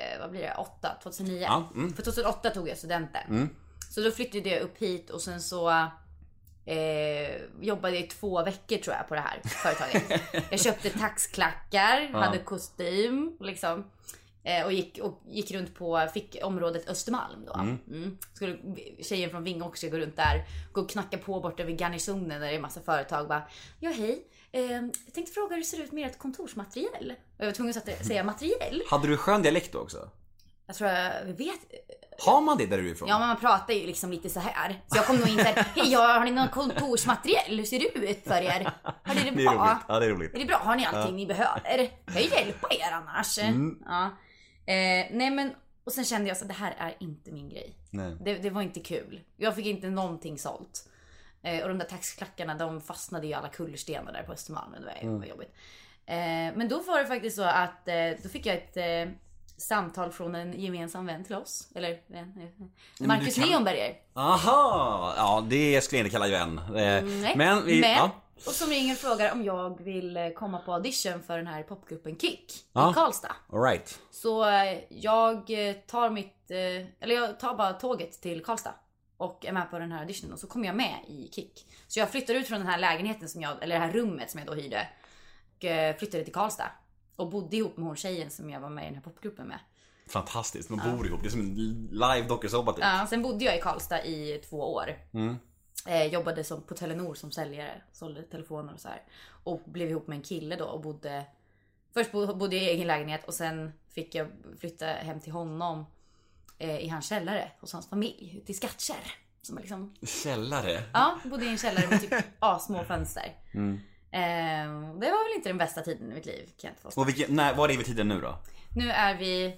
För 2008 tog jag studenten. Så då flyttade jag upp hit och sen så... jobbade i 2 veckor tror jag på det här företaget. Jag köpte taxklackar, hade kostym liksom, och gick runt fick området Östermalm då. Skulle tjejen från Vingåker ska gå runt där, gå och knacka på borta vid garnisonen där det är massa företag bara, ja hej, jag tänkte fråga hur det ser ut med ett kontorsmaterial. Och jag var tvungen att säga materiell. Hade du skön dialekt då också? Jag tror jag vet. Har man det där du är ifrån? Ja, men man pratar ju liksom lite så här. Så jag kom nog in såhär, hej, har ni någon kontorsmateriell? Hur ser det ut för er? Har ni det Det är bra? roligt. Ja, det är roligt. Är det bra? Har ni allting ni behöver? Jag kan hjälpa er annars. Ja. Nej men, och sen kände jag så att det här är inte min grej. Nej. Det var inte kul. Jag fick inte någonting sålt. Och de där taxklackarna, de fastnade i alla kullerstenar där på Östermalm. Det var jobbigt. Men då var det faktiskt så att då fick jag ett samtal från en gemensam vän till oss. Eller Marcus Leonberger. Aha, ja det skulle jag inte kalla vän. Nej. Men ja. Och som ringer och frågar om jag vill komma på audition för den här popgruppen Kick i Ja. Karlstad. All right. Så jag tar bara tåget till Karlstad och är med på den här auditionen och så kommer jag med i Kick. Så jag flyttar ut från den här lägenheten eller det här rummet som jag då hyrde och flyttade till Karlstad och bodde ihop med hon tjejen som jag var med i den här popgruppen med. Fantastiskt, man bor ihop. Det är som en live dokusåpa typ. Ja, sen bodde jag i Karlstad i 2 år. Jobbade på Telenor som säljare, sålde telefoner och så här. Och blev ihop med en kille då och bodde... Först bodde jag i egen lägenhet och sen fick jag flytta hem till honom i hans källare hos hans familj ute i Skattkärr. Som är liksom... Källare? Ja, bodde i en källare med typ små fönster. Det var väl inte den bästa tiden i mitt liv, kan jag inte få. Och vad är vi tiden nu då? Nu är vi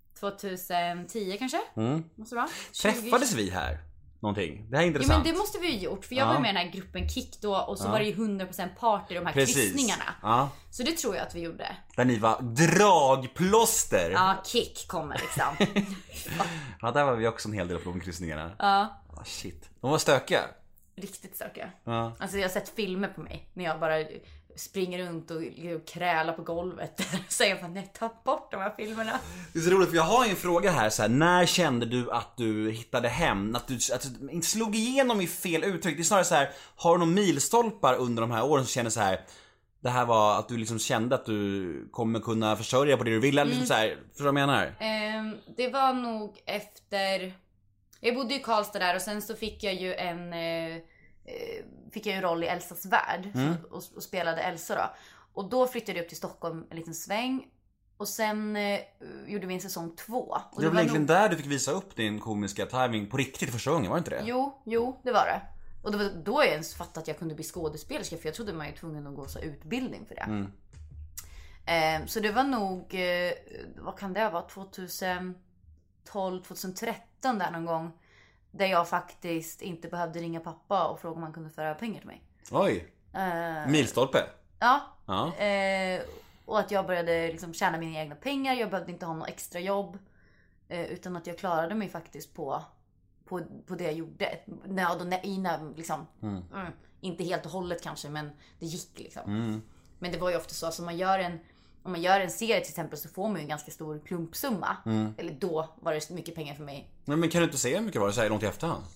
2010 kanske? Måste det vara? Träffades vi här? Någonting. Det här är Ja, intressant. men det måste vi ju gjort. För jag var med i den här gruppen Kick då. Och så var det ju 100% party, de här kryssningarna. Ja. Så det tror jag att vi gjorde. Där ni var dragplåster. Ja, Kick kommer liksom. Ja, där var vi också en hel del på de kryssningarna. Ja. Shit. De var stökiga. Riktigt stökiga. Ja. Alltså jag har sett filmer på mig när jag bara springer runt och krälar på golvet. Så jag bara, nej, ta bort de här filmerna. Det är så roligt för jag har en fråga här så här, när kände du att du hittade hem? Att du inte slog igenom i fel uttryck. Det är snarare så här, har du någon milstolpar under de här åren som känner så här, det här var att du liksom kände att du kommer kunna försörja på det du vill eller liksom så här, förstår du vad jag menar? Det var nog efter... Jag bodde i Karlstad där och sen så fick jag ju en roll i Elsas värld och spelade Elsa då. Och då flyttade jag upp till Stockholm en liten sväng. Och sen gjorde vi en säsong 2. Och det var egentligen där du fick visa upp din komiska timing på riktigt första gången, var det inte det? Jo, det var det. Och det var då jag ens fattade att jag kunde bli skådespelerska. För jag trodde man ju tvungen att gå så utbildning för det. Så det var nog, vad kan det vara, 2012, 2013 där någon gång. Där jag faktiskt inte behövde ringa pappa och fråga om han kunde föra pengar till mig. Oj, milstolpe. Ja. Ja. Och att jag började liksom tjäna mina egna pengar. Jag behövde inte ha något extra jobb. Utan att jag klarade mig faktiskt på det jag gjorde. Liksom, inte helt och hållet kanske, men det gick liksom. Men det var ju ofta så att om man gör en serie till exempel så får man ju en ganska stor klumpsumma. Eller då var det mycket pengar för mig. Men kan du inte säga hur mycket var det så här långt i efterhand?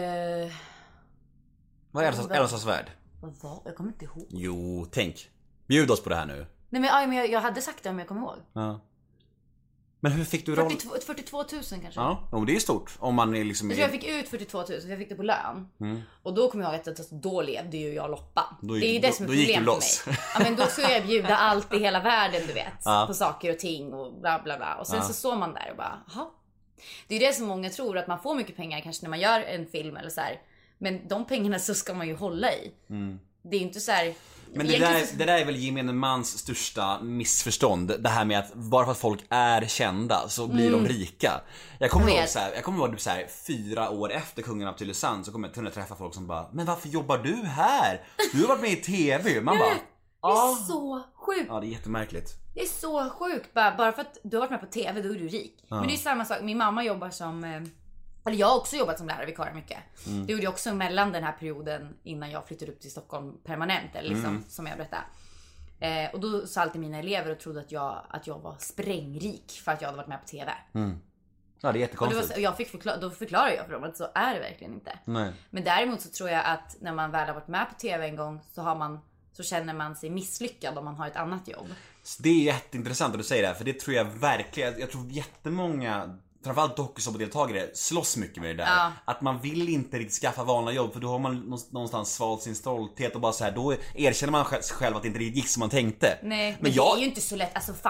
Vad är Elsas värld? Jag kommer inte ihåg. Jo, tänk. Bjud oss på det här nu. Nej men jag hade sagt det om jag kommer ihåg. Ja. Men hur fick du roll? 42 000 kanske. Ja, och det är stort om man är liksom... Jag fick ut 42 000 för jag fick det på lön. Och då kommer jag ihåg att då levde ju jag loppa. Det är ju det som är problem för mig. Ja, men då skulle jag bjuda allt i hela världen, du vet. På saker och ting och bla bla bla. Och sen så står man där och bara, jaha. Det är ju det som många tror, att man får mycket pengar kanske när man gör en film eller så här. Men de pengarna så ska man ju hålla i. Det är ju inte så här... Men det där är väl gemene mans största missförstånd. Det här med att bara för att folk är kända så blir de rika. Jag kommer ihåg så här 4 år efter Kungen av Tylösand så kommer jag kunna träffa folk som bara, men varför jobbar du här? Du har varit med i TV. Man bara, det är så sjukt. Ja, det är jättemärkligt. Det är så sjukt. Bara för att du har varit med på TV, då är du rik. Men det är samma sak. Min mamma jobbar som... Eller jag har också jobbat som lärarvikarie mycket. Det gjorde jag också mellan den här perioden innan jag flyttade upp till Stockholm permanent. Eller liksom, som jag berättade. Och då sa alltid mina elever och trodde att jag var sprängrik för att jag hade varit med på TV. Ja, det är jättekonstigt. Och då förklarar jag för dem att så är det verkligen inte. Nej. Men däremot så tror jag att när man väl har varit med på TV en gång så känner man sig misslyckad om man har ett annat jobb. Det är jätteintressant att du säger det här, för det tror jag verkligen, jag tror jättemånga, framförallt dokusåpadeltagare, slåss mycket med det där. Ja. Att man vill inte riktigt skaffa vanliga jobb, för då har man någonstans svalt sin stolthet och bara så här, då erkänner man själv att det inte gick som man tänkte. Nej, men det är ju inte så lätt. Alltså fan,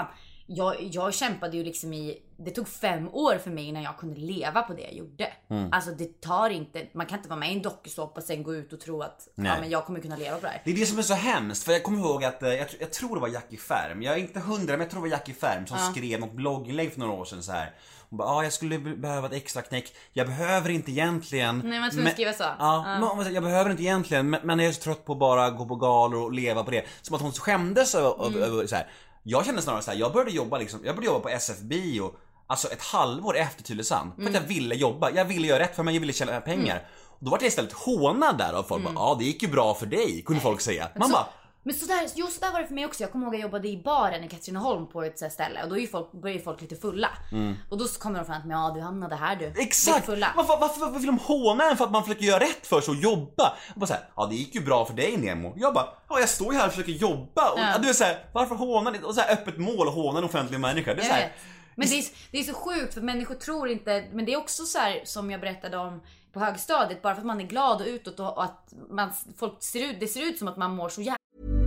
jag kämpade ju liksom det tog 5 år för mig innan jag kunde leva på det jag gjorde. Alltså det tar inte, man kan inte vara med i en dokusåpa och sen gå ut och tro att men jag kommer kunna leva på det här. Det är det som är så hemskt, för jag kommer ihåg att jag tror det var Jackie Färm, jag är inte 100 men jag tror det var Jackie Färm som skrev något blogginlägg för några år sedan så här. Hon bara, jag skulle behöva ett extra knäck. Jag behöver inte egentligen. Nej, man skulle skriva så. Jag behöver inte egentligen, men jag är så trött på att bara gå på galor och leva på det. Som att hon skämdes över så här. Jag kände snarare så här, jag började jobba på SF Bio, alltså ett halvår efter Tylösand, för att jag ville jobba. Jag ville göra rätt för mig, jag ville tjäna pengar. Och då var jag istället hånad där av folk. Det gick ju bra för dig, kunde folk säga. Man bara, men sådär var det för mig också. Jag kommer ihåg att jag jobbade i baren i Katrineholm på ett ställe. Och då började folk lite fulla. Och då kommer de fram till mig, du hamnade här du. Exakt, varför vill de håna en för att man försöker göra rätt för sig och jobba? Och bara såhär, det gick ju bra för dig Nemo. Jag bara, jag står ju här och försöker jobba. Och du är såhär, varför hånar ni? Och såhär öppet mål och håna en offentlig människa. Det är såhär. Men det är så sjukt för människor tror inte. Men det är också så här som jag berättade om på högstadiet. Bara för att man är glad och utåt och att det ser ut som att man mår så jävla.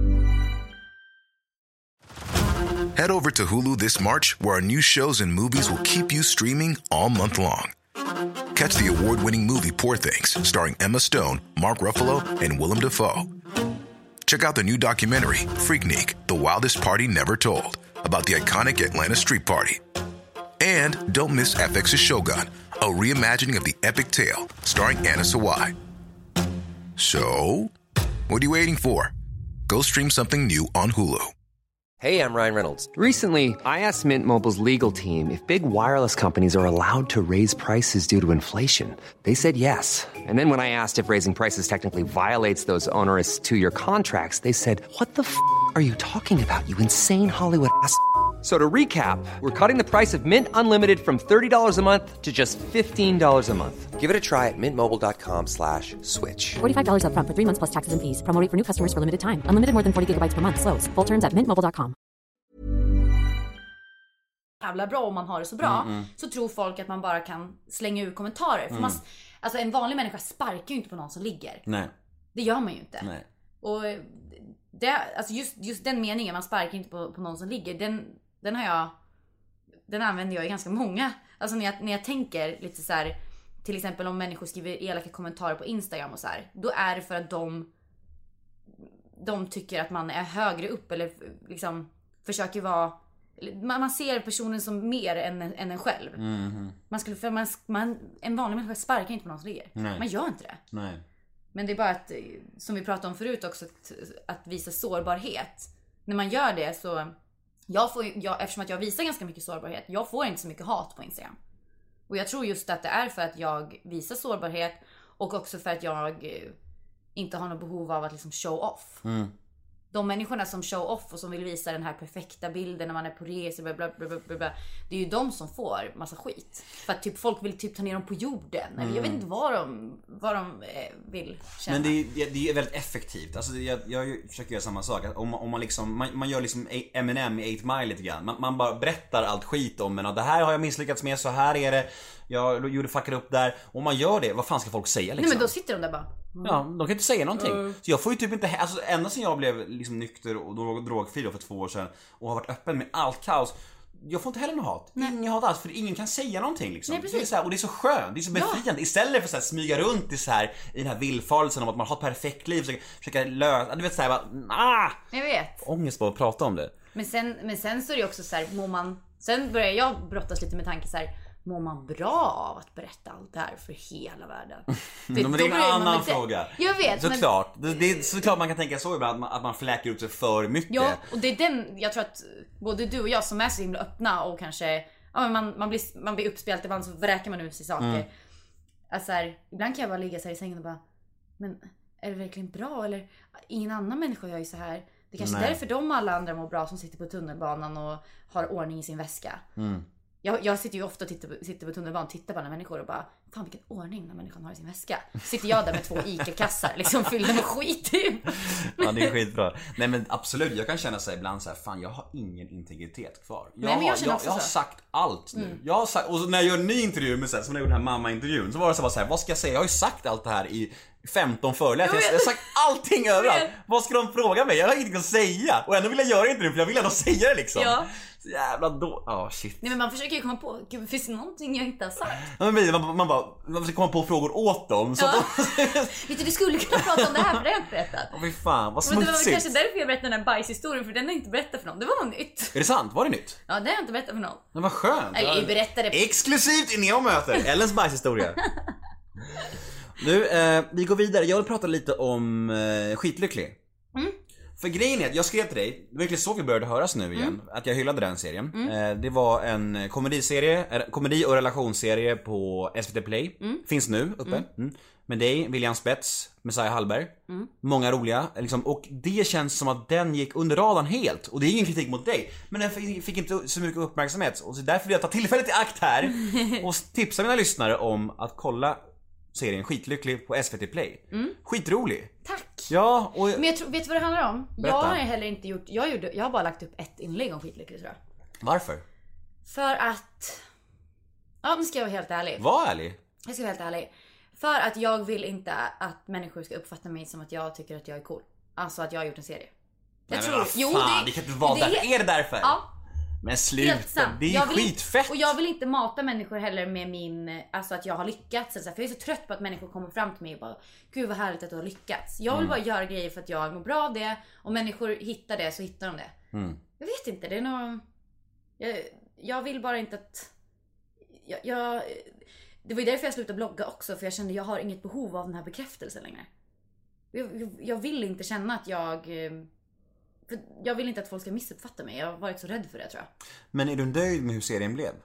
Head over to Hulu this March, where our new shows and movies will keep you streaming all month long. Catch the award-winning movie Poor Things, starring Emma Stone, Mark Ruffalo, and Willem Dafoe. Check out the new documentary, Freaknik, The Wildest Party Never Told, about the iconic Atlanta Street Party. And don't miss FX's Shogun, a reimagining of the epic tale, starring Anna Sawai. So, what are you waiting for? Go stream something new on Hulu. Hey, I'm Ryan Reynolds. Recently, I asked Mint Mobile's legal team if big wireless companies are allowed to raise prices due to inflation. They said yes. And then when I asked if raising prices technically violates those onerous 2-year contracts, they said, what the f*** are you talking about, you insane Hollywood ass f- So to recap, we're cutting the price of Mint Unlimited from $30 a month to just $15 a month. Give it a try at mintmobile.com/switch. $45 up front for 3 months plus taxes and fees. Promo rate for new customers for limited time. Unlimited more than 40 gigabytes per month. Slows full terms at mintmobile.com. Jävla bra om man har det så bra. Så tror folk att man bara kan slänga ur kommentarer. För alltså en vanlig människa sparkar ju inte på någon som ligger. Nej. Det gör man ju inte. Nej. Och det, alltså just den meningen, man sparkar inte på någon som ligger, den använder jag i ganska många. Alltså när jag tänker lite så här, till exempel om människor skriver elaka kommentarer på Instagram och så här, då är det för att de tycker att man är högre upp eller liksom försöker vara, man ser personen som mer än en själv. En vanlig människa sparkar inte på någon som ligger. Nej. Man gör inte det. Nej. Men det är bara att, som vi pratade om förut också, att visa sårbarhet. När man gör det så eftersom att jag visar ganska mycket sårbarhet, jag får inte så mycket hat på Instagram. Och jag tror just att det är för att jag visar sårbarhet och också för att jag inte har något behov av att liksom show off. De människorna som show off och som vill visa den här perfekta bilden när man är på resor, det är ju de som får massa skit. För att typ folk vill typ ta ner dem på jorden. Jag vet inte vad de vill känna. Men det är väldigt effektivt. Alltså jag försöker göra samma sak. Att om man liksom man gör liksom Eminem i 8 Mile lite grann. Man bara berättar allt skit om men det här har jag misslyckats med, så här är det. Jag gjorde fuckade upp där. Om man gör det, vad fan ska folk säga liksom? Nej, men då sitter de där bara. Ja, de kan inte säga någonting. Så jag får ju typ inte, alltså ända sedan jag blev liksom nykter och drogfri för 2 år sedan och har varit öppen med allt kaos, jag får inte heller något hat. Ingen hat alls, för ingen kan säga någonting liksom. Nej, det är så här, och det är så skönt, det är så befriande. Istället för att smyga runt i den här villfarelsen om att man har ett perfekt liv, försöka lösa, du vet såhär bara, Jag vet. Ångest bara att prata om det. Men sen så är det också så här, sen börjar jag brottas lite med tanken så här, mår man bra av att berätta allt det här för hela världen? Men det är en annan fråga. Jag vet. Såklart. Det är såklart man kan tänka så ibland att man fläker ut sig för mycket. Ja, och det är den, jag tror att både du och jag som är så himla öppna och kanske, man blir uppspelt, ibland så vräker man ut sig saker. Alltså här, ibland kan jag bara ligga så här i sängen och bara, men är det verkligen bra? Eller ingen annan människa gör ju så här. Det kanske är därför alla andra mår bra som sitter på tunnelbanan och har ordning i sin väska. Jag sitter ju ofta och sitter på tunnelbanan och tittar på alla människor och bara, fan vilken ordning när människan har i sin väska. Sitter jag där med 2 ICA-kassar liksom fyllda med skit. Ja, det är skitbra. Nej men absolut, jag kan känna sig ibland så här, fan jag har ingen integritet kvar. Jag har sagt allt nu. Jag har sagt, och så när jag gör en ny intervju med så här, som när jag gjorde den här mamma-intervjun, så var det så här, vad ska jag säga? Jag har ju sagt allt det här i 15 föreläsningar. Jag har sagt allting överallt. Vad ska de fråga mig? Jag har ingenting att säga. Och ändå vill jag göra intervjun för jag vill ändå säga det liksom. Jävla då. Shit. Nej men man försöker ju komma på, gud finns det någonting jag inte har sagt? Ja, men man försöker komma på frågor åt dem så att Vet du skulle kunna prata om det här för det har jag inte berättat. Fy fan, vad Men det var väl smutsigt. kanske därför jag berättade den här bajshistorien, för den har jag inte berättat för någon. Det var något nytt. Är det sant? Var det nytt? Ja, det har jag inte berättat för någon. Men vad skönt. Eller jag berättade. Exklusivt i Nemo möter Ellens bajshistoria. Nu, vi går vidare. Jag vill prata lite om Skitlycklig. För grejen är att jag skrev till dig, det var verkligen så vi började höras nu igen, att jag hyllade den serien. Det var en komedi- och relationsserie på SVT Play. Finns nu uppe. Med dig, William Spets, Messiah Hallberg. Många roliga liksom, och det känns som att den gick under radarn helt. Och det är ingen kritik mot dig, men den fick inte så mycket uppmärksamhet. Och så därför vill jag ta tillfället i akt här och tipsa mina lyssnare om att kolla serien Skitlycklig på SVT Play. Skitrolig. Tack. Ja, och Men jag tror, vet du vad det handlar om? Berätta. Jag har heller inte gjort, jag har bara lagt upp ett inlägg om Skitlycklig tror jag. varför? För att, ja nu ska jag vara helt ärlig. Var ärlig. Jag ska vara helt ärlig. För att jag vill inte att människor ska uppfatta mig som att jag tycker att jag är cool. Alltså att jag har gjort en serie. Nej, men vad fan, det kan inte vara därför. Är det därför? Ja. Men Helt sluta, sant. det är ju Jag vill skitfett. Och jag vill inte mata människor heller med min, alltså att jag har lyckats. För jag är så trött på att människor kommer fram till mig och bara, gud vad härligt att du har lyckats. Jag vill bara göra grejer för att jag mår bra av det. Och människor hittar det så hittar de det. Jag vet inte, det är nog, jag vill bara inte att det var ju därför jag slutade blogga också. För jag kände jag har inget behov av den här bekräftelsen längre. Jag vill inte känna att för jag vill inte att folk ska missuppfatta mig. Jag har varit så rädd för det tror jag. Men är du nöjd med hur serien blev?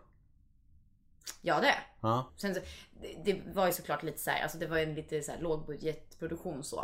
Ja det. Ja. Sen så, det var ju såklart lite så här, alltså det var en lite så här lågbudgetproduktion så.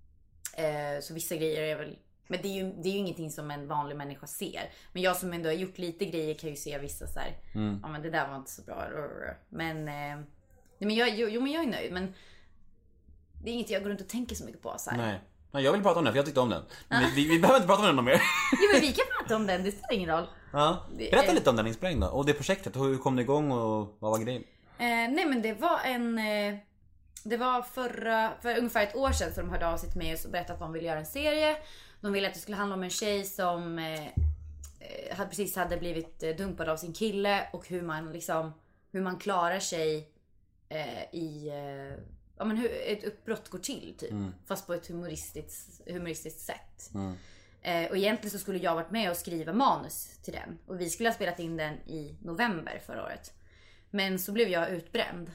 Så vissa grejer är väl, men det är ju ingenting som en vanlig människa ser. Men jag som ändå har gjort lite grejer kan ju se vissa så här, ja men det där var inte så bra. Men nej men jag är nöjd, men det är inget jag går runt och tänker så mycket på så här. Nej. Jag vill prata om den för jag tyckte om den. Men vi behöver inte prata om den mer. Jo men vi kan prata om den, det spelar ingen roll. Ja. Berätta lite om den inspelningen då. Och det projektet, hur kom det igång och vad var grejen? Nej men det var det var för ungefär ett år sedan som de hörde av sig till mig och berättade att de ville göra en serie. De ville att det skulle handla om en tjej som precis hade blivit dumpad av sin kille. Och hur man klarar sig i ja men hur ett uppbrott går till typ. Fast på ett humoristiskt sätt. Och egentligen så skulle jag varit med och skriva manus till den. Och vi skulle ha spelat in den i november förra året. Men så blev jag utbränd.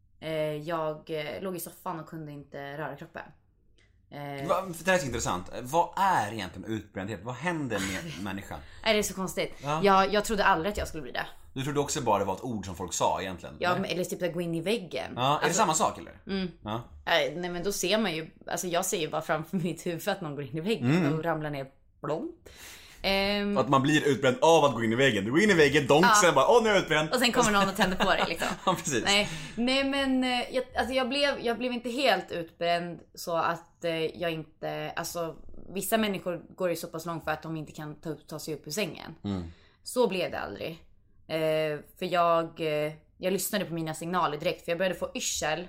Jag låg i soffan och kunde inte röra kroppen. Det här är så intressant. Vad är egentligen utbrändhet? Vad händer med människan? Det är så konstigt. Ja. Jag trodde aldrig att jag skulle bli det. Du trodde också bara det var ett ord som folk sa egentligen? Ja, eller typ att gå in i väggen. Ja, är det samma sak eller? Ja. Nej men då ser man ju, alltså jag ser ju bara framför mitt huvud att någon går in i väggen och ramlar ner blom. Att man blir utbränd av att gå in i väggen. Du går in i väggen, sen bara, nu är jag utbränd. Och sen kommer någon och tänder på dig liksom. Ja, precis. Nej men jag blev inte helt utbränd så att jag inte, alltså vissa människor går ju så pass långt för att de inte kan ta sig upp ur sängen. Så blev det aldrig. För jag lyssnade på mina signaler direkt, för jag började få yrsel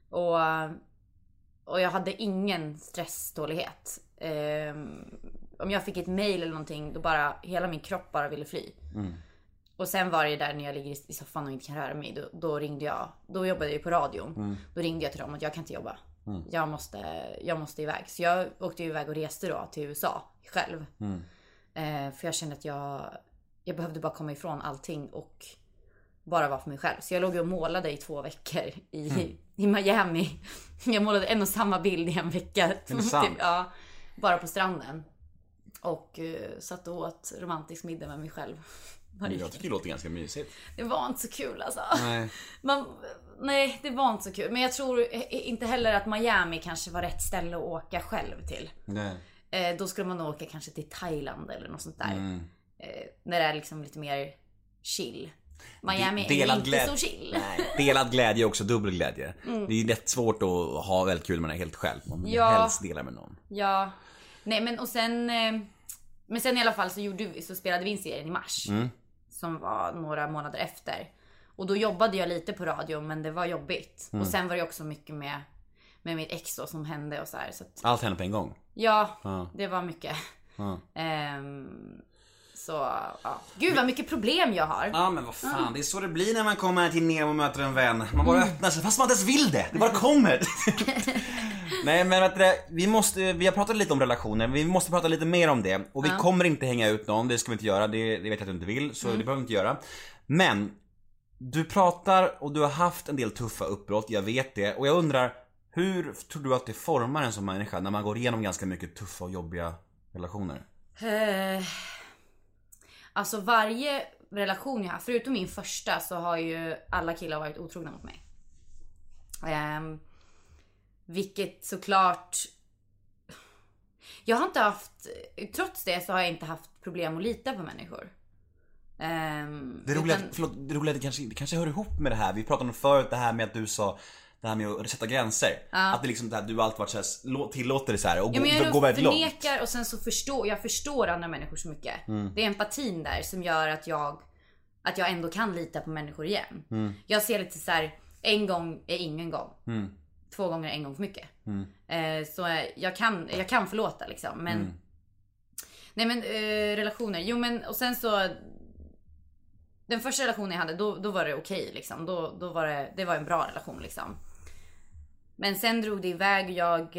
och jag hade ingen stresstålighet. Om jag fick ett mejl eller någonting, då bara hela min kropp bara ville fly. Och sen var det där när jag ligger i soffan och inte kan röra mig, då ringde jag. Då jobbade jag ju på radion. Då ringde jag till dem att jag kan inte jobba. Jag måste iväg. Så jag åkte iväg och reste då till USA själv. För jag kände att jag behövde bara komma ifrån allting och bara vara för mig själv. Så jag låg och målade i 2 veckor i Miami. Jag målade en och samma bild i en vecka. Typ, ja, bara på stranden. Och satt och åt romantisk middag med mig själv. Jag tycker det låter ganska mysigt. Det var inte så kul alltså. Nej. Nej, det var inte så kul. Men jag tror inte heller att Miami kanske var rätt ställe att åka själv till. Nej. Då skulle man åka kanske till Thailand eller något sånt där. När det är liksom lite mer chill. Miami är inte så chill. Nej. Delad glädje är också dubbel glädje. Det är ju lätt svårt att ha väldigt kul med det helt själv. Om man helst delar med någon. Ja. Nej men och sen men sen i alla fall så spelade vi in serien i mars. Som var några månader efter. Och då jobbade jag lite på radio, men det var jobbigt. Och sen var det också mycket med mitt ex då, som hände och så här, så att, allt hände på en gång? Ja, det var mycket. Så, ja. Gud vad mycket problem jag har. Ja men vad fan, det är så det blir när man kommer till Nemo och möter en vän. Man bara öppnar sig, fast man inte ens vill det. Det bara kommer. Nej men vet du, vi har pratat lite om relationer. Vi måste prata lite mer om det. Och vi kommer inte hänga ut någon, det ska vi inte göra. Det vet jag att du inte vill, så det behöver vi inte göra. Men du pratar och du har haft en del tuffa uppbrott, jag vet det. Och jag undrar, hur tror du att det formar en som människa när man går igenom ganska mycket tuffa och jobbiga relationer? Alltså varje relation jag har, förutom min första, så har ju alla killar varit otrogna mot mig. Vilket såklart, jag har inte haft, trots det så har jag inte haft problem att lita på människor. Det roliga, det kanske hör ihop med det här. Vi pratade om förut det här med att du sa det här med att sätta gränser. Att det liksom det här, du alltid varit så här, tillåter det så här och gå väldigt långt. Jag förnekar och sen så förstår andra människor så mycket. Det är empatin där som gör att jag ändå kan lita på människor igen. Jag ser lite så här, en gång är ingen gång. 2 gånger är en gång för mycket. Så jag kan förlåta liksom, men nej men relationer. Jo men och sen så den första relationen jag hade, då var det okej liksom. Då var det var en bra relation liksom. Men sen drog det iväg.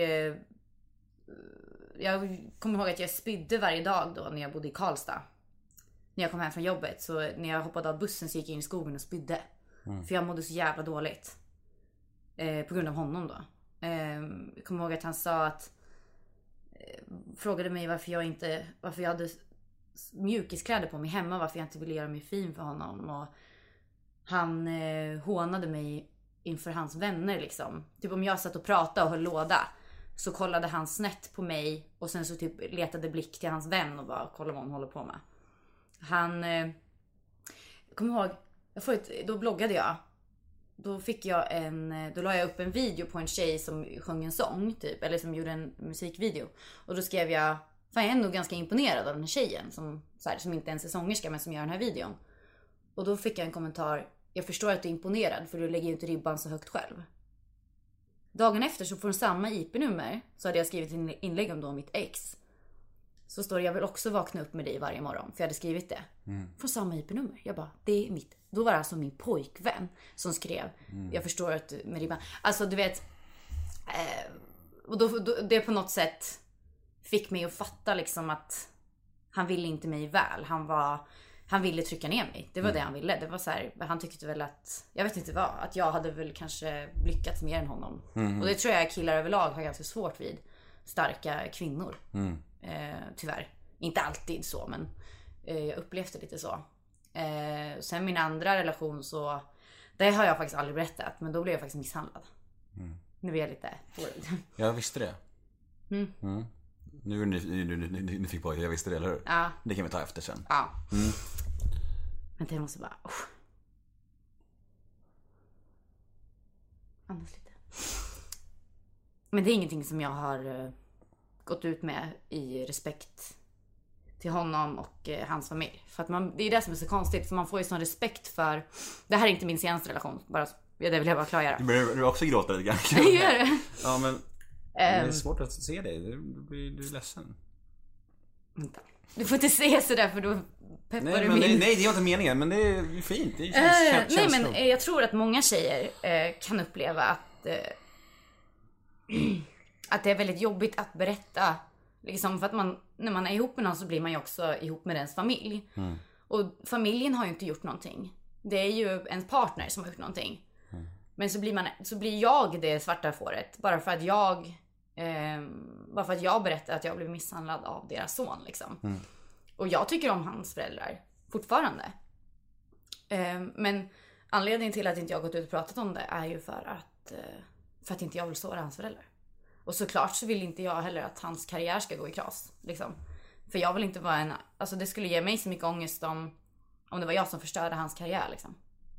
Jag kommer ihåg att jag spydde varje dag då när jag bodde i Karlstad. När jag kom hem från jobbet, så när jag hoppade av bussen så gick jag in i skogen och spydde. För jag mådde så jävla dåligt. På grund av honom då. Jag kommer ihåg att han sa att frågade mig varför jag hade mjukiskläder på mig hemma, varför jag inte ville göra mig fin för honom. Och han hånade mig inför hans vänner liksom. Typ om jag satt och pratade och höll låda, så kollade han snett på mig och sen så typ letade blick till hans vän och bara kolla vad hon håller på med. Han jag kommer ihåg, då bloggade jag. Då la jag upp en video på en tjej som sjöng en sång typ, eller som gjorde en musikvideo. Och då skrev jag, fan jag är ändå ganska imponerad av den här tjejen som inte ens är sångerska men som gör den här videon. Och då fick jag en kommentar, jag förstår att du är imponerad för du lägger ju inte ribban så högt själv. Dagen efter så får hon samma IP-nummer, så hade jag skrivit en inlägg om då mitt ex. Så står det, jag vill också vakna upp med dig varje morgon, för jag hade skrivit det. Får samma IP-nummer. Jag bara, det är mitt. Då var det alltså min pojkvän som skrev, jag förstår att du med ribban. Alltså du vet, och då det på något sätt fick mig att fatta liksom att han ville inte mig väl. Han ville trycka ner mig. Det var det han ville. Det var så här, han tyckte väl att, jag vet inte vad, att jag hade väl kanske lyckats mer än honom. Och det tror jag killar överlag har ganska svårt vid starka kvinnor. Tyvärr. Inte alltid så, men jag upplevde lite så. Sen min andra relation, så det har jag faktiskt aldrig berättat, men då blev jag faktiskt misshandlad. Nu är jag lite jag visste det. Nu är ni fick på, jag visste det, eller hur? Ja. Det kan vi ta efter sen. Ja. Vänta, jag måste bara andas lite. Men det är ingenting som jag har gått ut med i respekt till honom och hans familj. För att det är det som är så konstigt, för man får ju sån respekt för, det här är inte min senaste relation, bara det vill jag bara klargöra. Du också gråta lite grann. Gör det? Ja, men det är svårt att se dig. Du blir ledsen. Vänta. Du får inte säga sådär, för då peppar du min. Nej, det är inte meningen, men det är fint. Det känns nej, men jag tror att många tjejer kan uppleva att det är väldigt jobbigt att berätta. Liksom, för att när man är ihop med någon så blir man ju också ihop med ens familj. Och familjen har ju inte gjort någonting. Det är ju ens partner som har gjort någonting. Men så blir jag det svarta fåret. Bara för att jag berättar att jag blev misshandlad av deras son liksom. Och jag tycker om hans föräldrar fortfarande. Men anledningen till att inte jag gått ut och pratat om det är ju för att inte jag vill såra hans föräldrar. Och såklart så vill inte jag heller att hans karriär ska gå i kras liksom. För jag vill inte vara alltså det skulle ge mig så mycket ångest om det var jag som förstörde hans karriär liksom.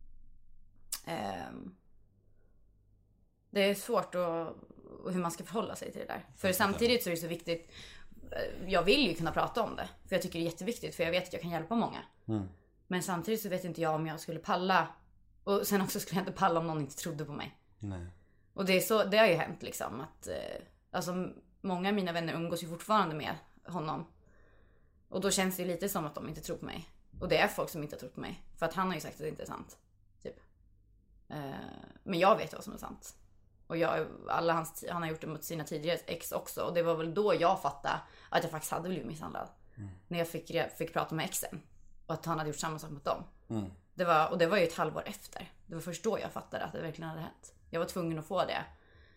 Det är svårt hur man ska förhålla sig till det där. För samtidigt så är det så viktigt. Jag vill ju kunna prata om det, för jag tycker det är jätteviktigt, för jag vet att jag kan hjälpa många. Men samtidigt så vet inte jag om jag skulle palla. Och sen också skulle jag inte palla om någon inte trodde på mig. Nej. Och det har ju hänt liksom att alltså många av mina vänner umgås ju fortfarande med honom. Och då känns det lite som att de inte tror på mig. Och det är folk som inte har trott på mig. För att han har ju sagt att det inte är sant. Typ. Men jag vet vad som är sant. Och han har gjort det mot sina tidigare ex också. Och det var väl då jag fattade att jag faktiskt hade blivit misshandlad. När jag fick prata med exen. Och att han hade gjort samma sak mot dem. Det var ju ett halvår efter. Det var först då jag fattade att det verkligen hade hänt. Jag var tvungen att få det.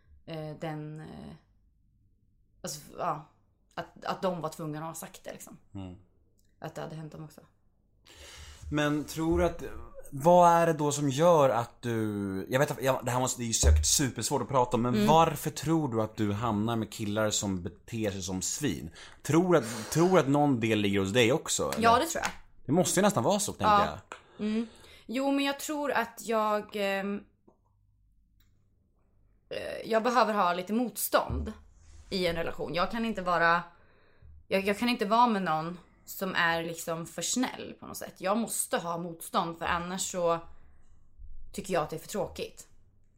Att de var tvungna att ha sagt det liksom. Att det hade hänt dem också. Men tror du att... Vad är det då som gör att du... Jag vet att det här är ju säkert supersvårt att prata om. Men varför tror du att du hamnar med killar som beter sig som svin? Tror att någon del ligger hos dig också? Eller? Ja, det tror jag. Det måste ju nästan vara så, tänker jag. Jo, men jag tror att jag behöver ha lite motstånd i en relation. Jag kan inte vara med någon som är liksom för snäll på något sätt. Jag måste ha motstånd, för annars så tycker jag att det är för tråkigt.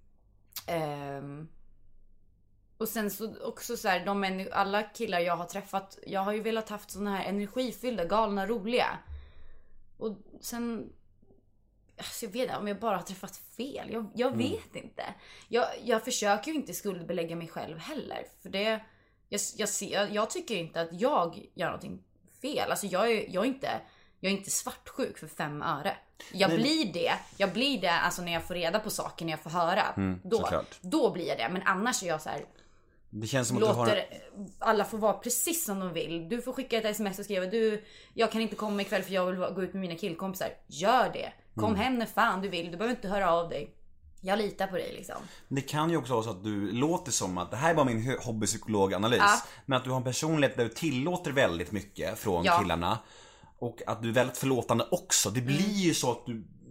Och sen så också så här, alla killar jag har träffat, jag har ju velat haft såna här energifyllda, galna, roliga. Och sen jag vet inte om jag bara har träffat fel. Jag vet inte. Jag försöker ju inte skuldbelägga mig själv heller. För det jag tycker inte att jag gör någonting fel. Alltså jag är inte svartsjuk för 5 öre. Jag blir det alltså när jag får reda på saker, när jag får höra. Då blir jag det. Men annars är jag så här. Det känns som att låter alla få vara precis som de vill. Du får skicka ett sms och skriva jag kan inte komma ikväll för jag vill gå ut med mina killkompisar. Gör det. Kom hem när fan du vill. Du behöver inte höra av dig. Jag litar på dig liksom. Det kan ju också vara så att du låter som att det här är bara min hobbypsykologanalys, men att du har en personlighet där du tillåter väldigt mycket från killarna. Och att du är väldigt förlåtande också. Det blir ju så att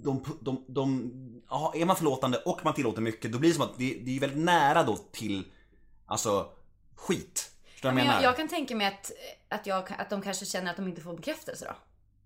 är man förlåtande och man tillåter mycket, då blir det som att det är väldigt nära då till alltså skit. Jag kan tänka mig att de kanske känner att de inte får bekräftelse då.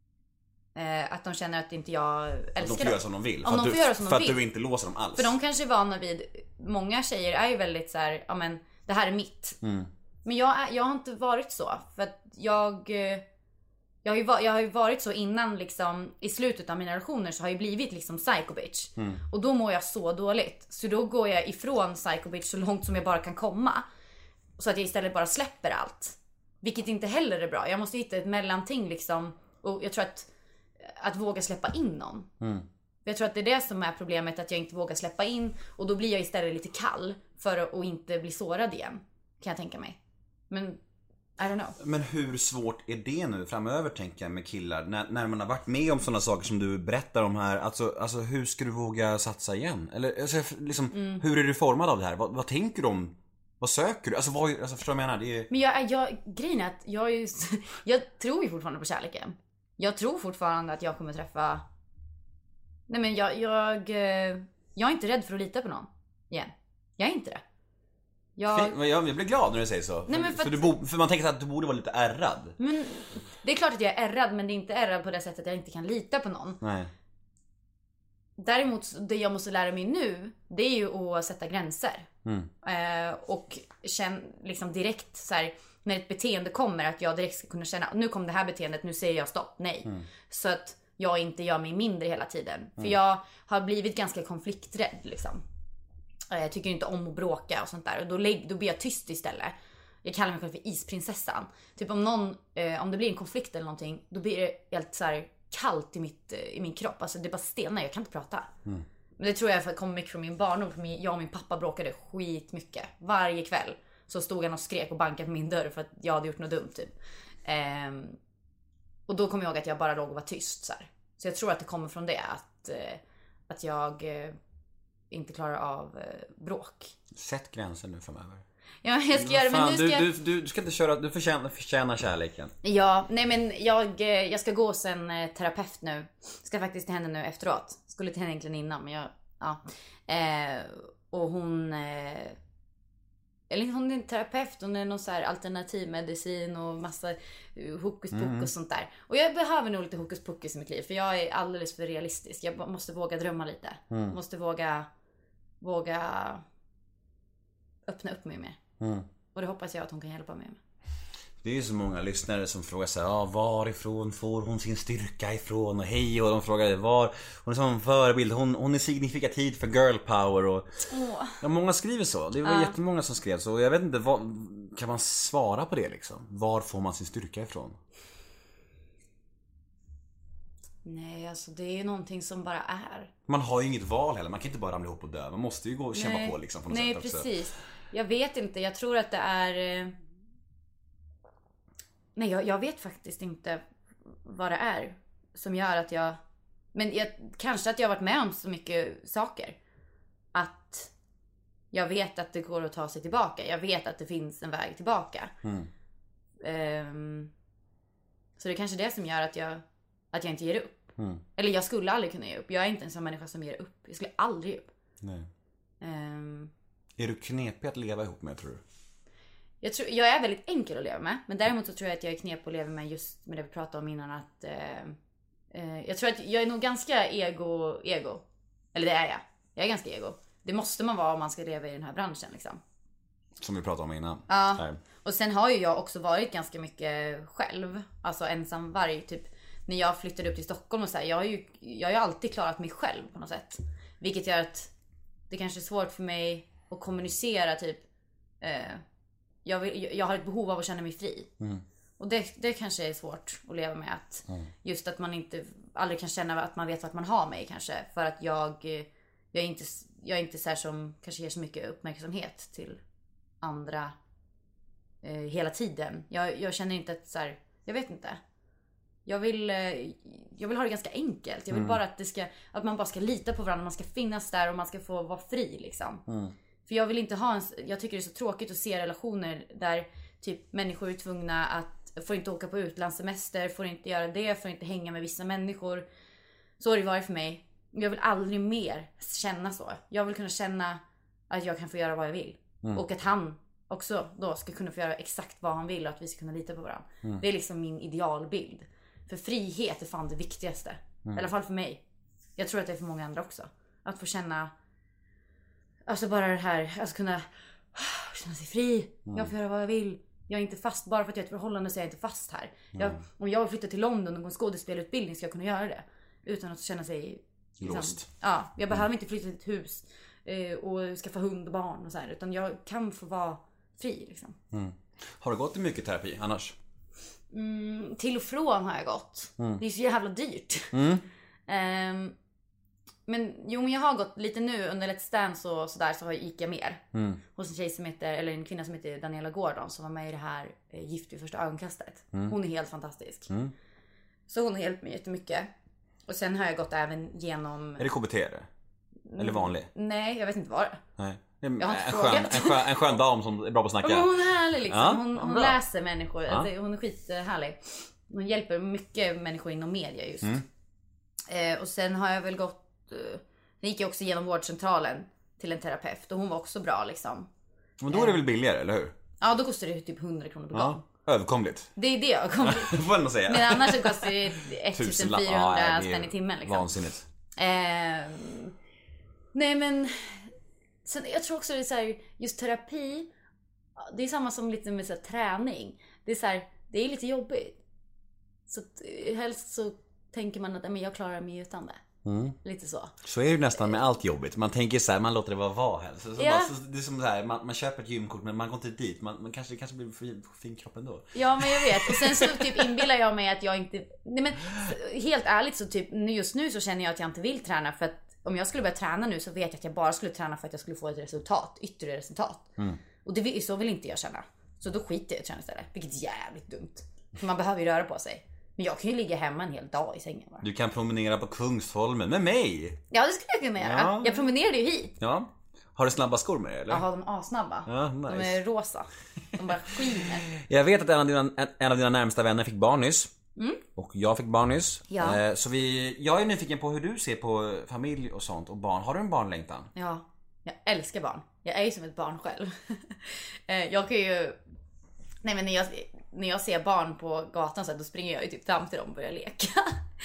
Att de känner att inte jag älskar dem. De får göra som de vill. För att du inte låser dem alls. För de kanske är vana vid... Många tjejer är ju väldigt så här, ja men det här är mitt. Men jag har inte varit så. För att jag har ju varit så innan liksom. I slutet av mina relationer så har jag blivit liksom psycho bitch. Och då mår jag så dåligt. Så då går jag ifrån psycho bitch så långt som jag bara kan komma. Så att jag istället bara släpper allt. Vilket inte heller är bra. Jag måste hitta ett mellanting liksom. Och jag tror att våga släppa in någon. Jag tror att det är det som är problemet, att jag inte vågar släppa in. Och då blir jag istället lite kall för att inte bli sårad igen. Kan jag tänka mig. Men I don't know. Men hur svårt är det nu framöver, tänker jag, med killar? När man har varit med om sådana saker som du berättar om här. Alltså hur ska du våga satsa igen? Eller alltså, liksom, hur är du formad av det här? Vad tänker du om? Vad söker du? Alltså förstår du vad jag menar? Det är... Men grejen är att jag tror ju fortfarande på kärleken. Jag tror fortfarande att jag kommer träffa... Nej men jag är inte rädd för att lita på någon igen. Jag är inte det. Jag blir glad när du säger så. Nej, men för man tänker att du borde vara lite ärrad. Men det är klart att jag är ärrad, men det är inte ärrad på det sättet att jag inte kan lita på någon. Nej. Däremot, det jag måste lära mig nu, det är ju att sätta gränser. Och känna liksom direkt så här, när ett beteende kommer, att jag direkt ska kunna känna, nu kom det här beteendet, nu säger jag stopp, nej. Så att jag inte gör mig mindre hela tiden. För jag har blivit ganska konflikträdd liksom. Jag tycker inte om att bråka och sånt där. Och då blir jag tyst istället. Jag kallar mig själv för isprinsessan. Typ om det blir en konflikt eller någonting, då blir det helt så här kallt i min kropp. Alltså det är bara stenar, jag kan inte prata. Men det tror jag kommer mycket från min barndom. För jag och min pappa bråkade skitmycket. Varje kväll så stod han och skrek och bankade på min dörr för att jag hade gjort något dumt typ. Och då kommer jag ihåg att jag bara låg och var tyst så här. Så jag tror att det kommer från det, att jag inte klarar av bråk. Sätt gränsen nu framöver. Ja, jag ska göra det, men du ska inte köra, du förtjänar kärleken. Ja, nej men jag ska gå hos en terapeut nu. Ska faktiskt till henne nu efteråt. Skulle till henne egentligen innan, men och hon är en terapeut, hon är någon så här alternativmedicin och massa hokus pokus och sånt där. Och jag behöver nog lite hokus pokus i mitt liv, för jag är alldeles för realistisk. Jag måste våga drömma lite. Måste våga öppna upp mig mer. Och det hoppas jag att hon kan hjälpa mig med. Det är ju så många lyssnare som frågar så här, varifrån får hon sin styrka ifrån? Och hej, och de frågar var hon är som en förebild, hon är signifikativ för girl power och ja, många skriver så. Det var jättemånga som skrev så. Jag vet inte, kan man svara på det liksom? Var får man sin styrka ifrån? Nej, alltså det är ju någonting som bara är. Man har ju inget val heller, man kan inte bara ramla ihop och dö. Man måste ju gå och kämpa på liksom på något sätt också. Precis. Jag vet inte, jag tror att det är... Nej, jag vet faktiskt inte vad det är som gör att jag... Men kanske att jag har varit med om så mycket saker. Att jag vet att det går att ta sig tillbaka. Jag vet att det finns en väg tillbaka. Så det är kanske det som gör att jag inte ger upp. Eller jag skulle aldrig kunna ge upp. Jag är inte en sån människa som ger upp. Jag skulle aldrig ge upp. Nej. Är du knepig att leva ihop med, tror du? Jag är väldigt enkel att leva med. Men däremot så tror jag att jag är knepig att leva med just med det vi pratade om innan. Att jag tror att jag är nog ganska ego. Eller det är jag. Jag är ganska ego. Det måste man vara om man ska leva i den här branschen liksom. Som vi pratade om innan. Ja. Här. Och sen har ju jag också varit ganska mycket själv. Alltså ensam varg typ. När jag flyttade upp till Stockholm och så här, jag har ju alltid klarat mig själv på något sätt. Vilket gör att det kanske är svårt för mig att kommunicera typ. Jag har ett behov av att känna mig fri. Och det kanske är svårt att leva med. Att just att man aldrig kan känna att man vet vad man har mig kanske. För att jag är inte så här som kanske ger så mycket uppmärksamhet till andra hela tiden. Jag känner inte att så här, jag vet inte. Jag vill ha det ganska enkelt. Jag vill bara att man bara ska lita på varandra. Man ska finnas där och man ska få vara fri liksom. För jag vill inte jag tycker det är så tråkigt att se relationer där typ människor är tvungna att får inte åka på utlandssemester, får inte göra det, får inte hänga med vissa människor. Så har det varit för mig. Jag vill aldrig mer känna så. Jag vill kunna känna att jag kan få göra vad jag vill. Och att han också då ska kunna få göra exakt vad han vill och att vi ska kunna lita på varandra. Det är liksom min idealbild. För frihet är fan det viktigaste. I alla fall för mig. Jag tror att det är för många andra också. Att få känna... Alltså bara det här... Alltså kunna känna sig fri. Jag får göra vad jag vill. Jag är inte fast. Bara för att jag är ett förhållande så är jag inte fast här. Om jag vill flytta till London och gå en skådespelutbildning ska jag kunna göra det. Utan att känna sig... Liksom, låst. Ja, jag behöver inte flytta till ett hus. Och skaffa hund och barn och så här. Utan jag kan få vara fri liksom. Har du gått i mycket terapi annars? Till och från har jag gått. Det är så jävla dyrt. Men jag har gått lite nu under Let's Dance och sådär, så gick jag mer. Hos en kvinna som heter Daniela Gordon som var med i det här Gift vid första ögonkastet. Hon är helt fantastisk. Så hon har hjälpt mig jättemycket. Och sen har jag gått även genom... Är det KBT eller vanlig? Nej, jag vet inte vad det är. Nej. Jag har inte frågat. En skön dam som är bra på att snacka. Men hon är härlig liksom. Ja, hon läser människor. Ja. Hon är skithärlig. Hon hjälper mycket människor inom media just. Och sen har jag väl gått... Sen gick jag också genom vårdcentralen till en terapeut. Och hon var också bra liksom. Men då är det väl billigare, eller hur? Ja, då kostar det typ 100 kronor per gång. Överkomligt. Det är det överkomligt. Får man säga. Men annars så kostar det 1400 spänn i timmen liksom. Vansinnigt. Nej men... Sen, jag tror också det är så här, just terapi, det är samma som lite med så här, träning. Det är så här, det är lite jobbigt. Så helst så tänker man att men jag klarar mig utan det. Lite så. Så är det nästan med allt jobbigt. Man tänker så här, man låter det vara helst. Så det är som så här, man köper ett gymkort men man går inte dit. Man kanske blir för fin kropp ändå. Ja, men jag vet. Och sen så typ inbillar jag mig att jag inte... Nej men helt ärligt så typ just nu så känner jag att jag inte vill träna för att om jag skulle börja träna nu så vet jag att jag bara skulle träna för att jag skulle få ett resultat, yttre resultat. Och så vill inte jag känna. Så då skiter jag i träna istället, vilket är jävligt dumt. För man behöver ju röra på sig. Men jag kan ju ligga hemma en hel dag i sängen bara. Du kan promenera på Kungsholmen med mig. Ja, det skulle jag kunna göra. Ja. Jag promenerade ju hit. Ja. Har du snabba skor med dig eller? Jaha, de är asnabba. Ja, nice. De är rosa. De bara skiner. Jag vet att en av dina närmsta vänner fick barn nyss. Och jag fick barn nyss. Ja. Så jag är nyfiken på hur du ser på familj och sånt och barn. Har du en barnlängtan? Ja, jag älskar barn. Jag är ju som ett barn själv. Jag kan ju... Nej men när jag ser barn på gatan så här, då springer jag ju typ fram till dem och börjar leka.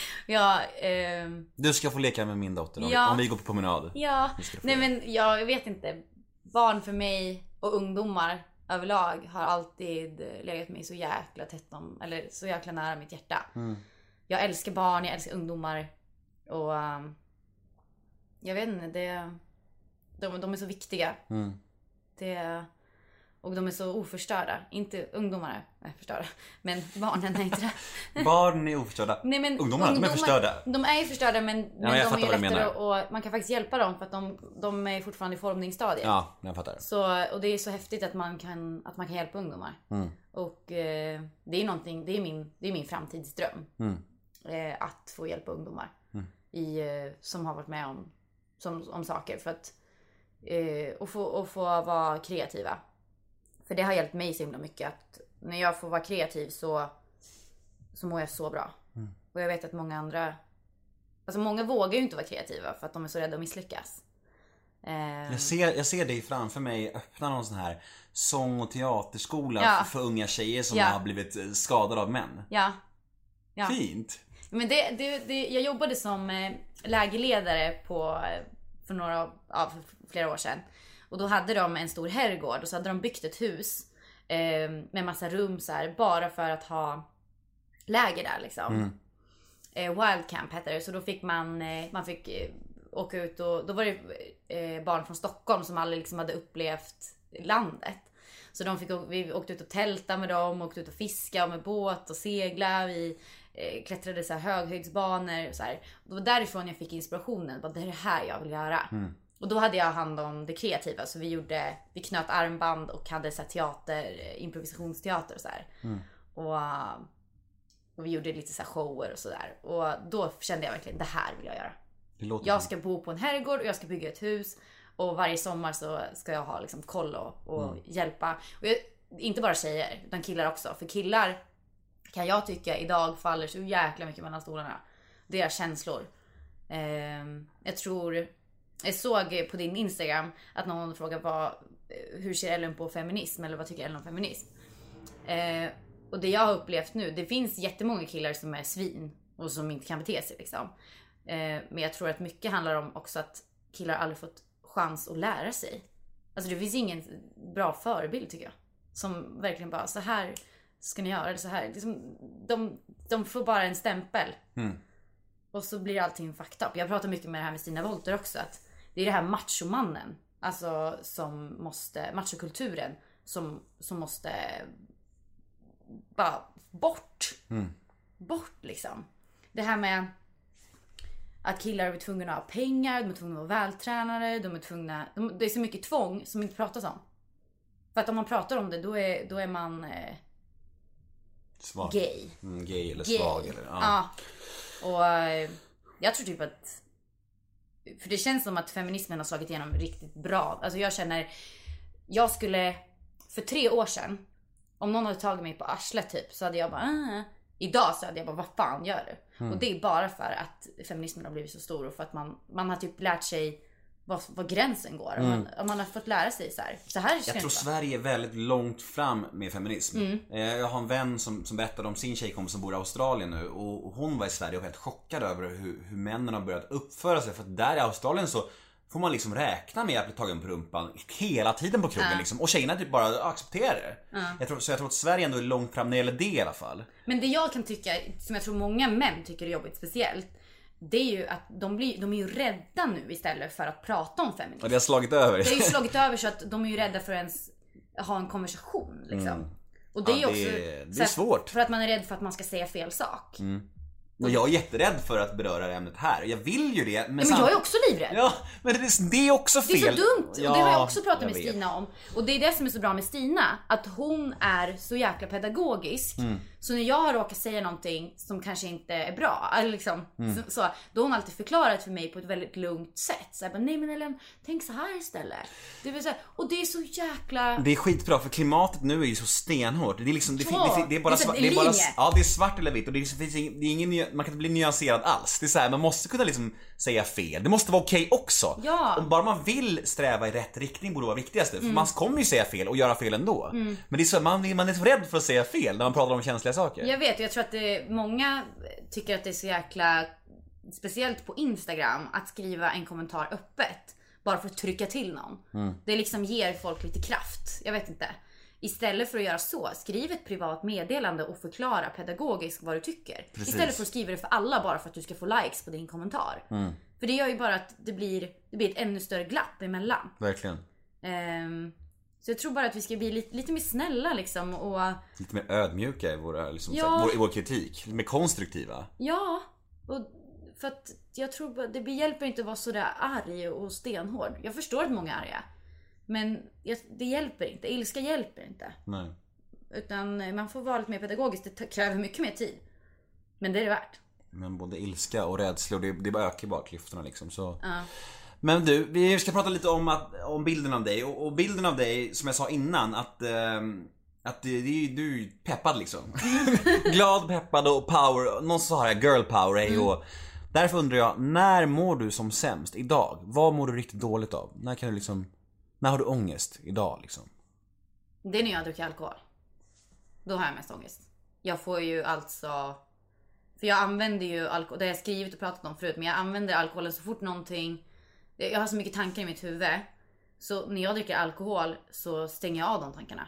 Du ska få leka med min dotter om vi går på promenad. Ja, nej men jag vet inte. Barn för mig och ungdomar överlag har alltid legat mig så jäkla tätt om, eller så jäkla nära mitt hjärta. Jag älskar barn, jag älskar ungdomar. Och jag vet inte, de är så viktiga. Och de är så oförstörda. Inte ungdomar är förstörda, men barnen är inte det. Barn är oförstörda. Nej, men ungdomar är förstörda. De är ju förstörda, men de är ju lättare och man kan faktiskt hjälpa dem för att de är fortfarande i formningsstadiet. Ja, jag fattar. Så, och det är så häftigt att man kan hjälpa ungdomar. Och det är någonting, det är min framtidsdröm. Att få hjälpa ungdomar som har varit med om saker, för att och få vara kreativa. För det har hjälpt mig så himla mycket att när jag får vara kreativ så mår jag så bra. Och jag vet att många andra, alltså många vågar ju inte vara kreativa för att de är så rädda att misslyckas. Jag ser dig framför mig öppna någon sån här sång- och teaterskola för unga tjejer som har blivit skadade av män. Ja. Fint. Men jag jobbade som lägerledare för flera år sedan. Och då hade de en stor herrgård och så hade de byggt ett hus med massa rum så här, bara för att ha läger där liksom. Wild Camp hette det. Så då fick man fick åka ut, och då var det barn från Stockholm som aldrig liksom hade upplevt landet. Så vi åkte ut och tälta med dem, åkte ut och fiska med båt och segla. Vi klättrade så här höghöjdsbanor och så här. Och det var därifrån jag fick inspirationen. Det är det här jag vill göra. Och då hade jag hand om det kreativa. Så vi knöt armband och hade så här improvisationsteater och så här. Och vi gjorde lite så här shower och så där. Och då kände jag verkligen, det här vill jag göra. Jag ska bo på en herrgård och jag ska bygga ett hus. Och varje sommar så ska jag ha liksom koll och hjälpa. Och inte bara tjejer, utan killar också. För killar kan jag tycka idag faller så jäkla mycket mellan stolarna. Deras känslor. Jag såg på din Instagram att någon frågade hur ser Ellen på feminism, eller vad tycker Ellen om feminism? Och det jag har upplevt nu, det finns jättemånga killar som är svin och som inte kan bete sig liksom. Men jag tror att mycket handlar om också att killar aldrig fått chans att lära sig. Alltså det finns ingen bra förebild tycker jag, som verkligen bara, så här ska ni göra, eller så här liksom, de får bara en stämpel. Och så blir allting fucked up. Jag pratar mycket med det här med Stina Wolter också, att det är det här machomannen, alltså machokulturen som måste bara bort liksom. Det här med att killar är tvungna att ha pengar, de är tvungna att vara vältränade, det är så mycket tvång som inte pratas om. För att om man pratar om det, då är man svag. Gay. Gay eller svag. Eller, ja. Och jag tror typ att, för det känns som att feminismen har slagit igenom riktigt bra. Alltså jag skulle för 3 år sedan, om någon hade tagit mig på arslet typ, så hade jag bara idag så hade jag bara, vad fan gör du? Och det är bara för att feminismen har blivit så stor, och för att man har typ lärt sig vad gränsen går. Om man har fått lära sig så här jag tror Sverige är väldigt långt fram med feminism. Jag har en vän som berättade om sin tjejkompis som bor i Australien nu, och hon var i Sverige och var helt chockad över hur männen har börjat uppföra sig. För att där i Australien så får man liksom räkna med att bli tagen på rumpan hela tiden på krogen liksom. Och tjejerna typ bara accepterar det. Jag tror att Sverige ändå är långt fram när det gäller det i alla fall. Men det jag kan tycka, som jag tror många män tycker är jobbigt speciellt, det är ju att de är ju rädda nu istället för att prata om feminism. Och det har slagit över. Det har ju slagit över, så att de är ju rädda för att ens ha en konversation liksom. Och det är ju också det är svårt. För att man är rädd för att man ska säga fel sak. Och jag är jätterädd för att beröra ämnet här. Jag vill ju det, men jag är också livrädd. Ja, men det är också fel. Det är så dumt. Och det har jag också pratat med Stina om. Och det är det som är så bra med Stina, att hon är så jäkla pedagogisk. Så när jag har råkat säga någonting som kanske inte är bra, eller liksom, så då har hon alltid förklarat för mig på ett väldigt lugnt sätt. Så jag bara, nej men Ellen, tänk så här istället. Det vill säga, och det är så jäkla... Det är skitbra, för klimatet nu är ju så stenhårt. Det är liksom, det är bara svart, det är bara, ja, det är svart eller vitt. Och det är ingen, man kan inte bli nyanserad alls. Det är så här, man måste kunna liksom säga fel. Det måste vara okej också. Ja. Om bara man vill sträva i rätt riktning borde vara viktigaste. För man kommer ju säga fel och göra fel ändå. Men det är så, man är så rädd för att säga fel när man pratar om känsliga saker. Jag vet, jag tror att många tycker att det är så jäkla, speciellt på Instagram, att skriva en kommentar öppet bara för att trycka till någon. Det liksom ger folk lite kraft. Jag vet inte. Istället för att göra så, skriv ett privat meddelande och förklara pedagogiskt vad du tycker. Precis. Istället för att skriva det för alla bara för att du ska få likes på din kommentar. För det gör ju bara att det blir ett ännu större glapp emellan. Verkligen. Så jag tror bara att vi ska bli lite mer snälla liksom, och Lite mer ödmjuka i våra, liksom, Ja. i vår kritik. Lite mer konstruktiva. ja, och för att jag tror bara, det hjälper inte att vara så där arg och stenhård. Jag förstår att många är arga, men det hjälper inte. Ilska hjälper inte. Nej. Utan man får vara lite mer pedagogiskt. Det kräver mycket mer tid, men det är det värt. Men både ilska och rädsla, och det bara ökar bara klyftorna liksom, så. Men du, vi ska prata lite om bilden av dig. Och bilden av dig, som jag sa innan, att du är peppad liksom. Glad, peppad och power. Någon sa här, girl power. Och därför undrar jag, när mår du som sämst idag? Vad mår du riktigt dåligt av? När har du ångest idag liksom? Det är när jag dricker alkohol. Då har jag mest ångest. Jag får ju alltså... För jag använder ju alkohol, det har jag skrivit och pratat om förut, men jag använder alkoholen så fort någonting... Jag har så mycket tankar i mitt huvud. Så när jag dricker alkohol så stänger jag av de tankarna.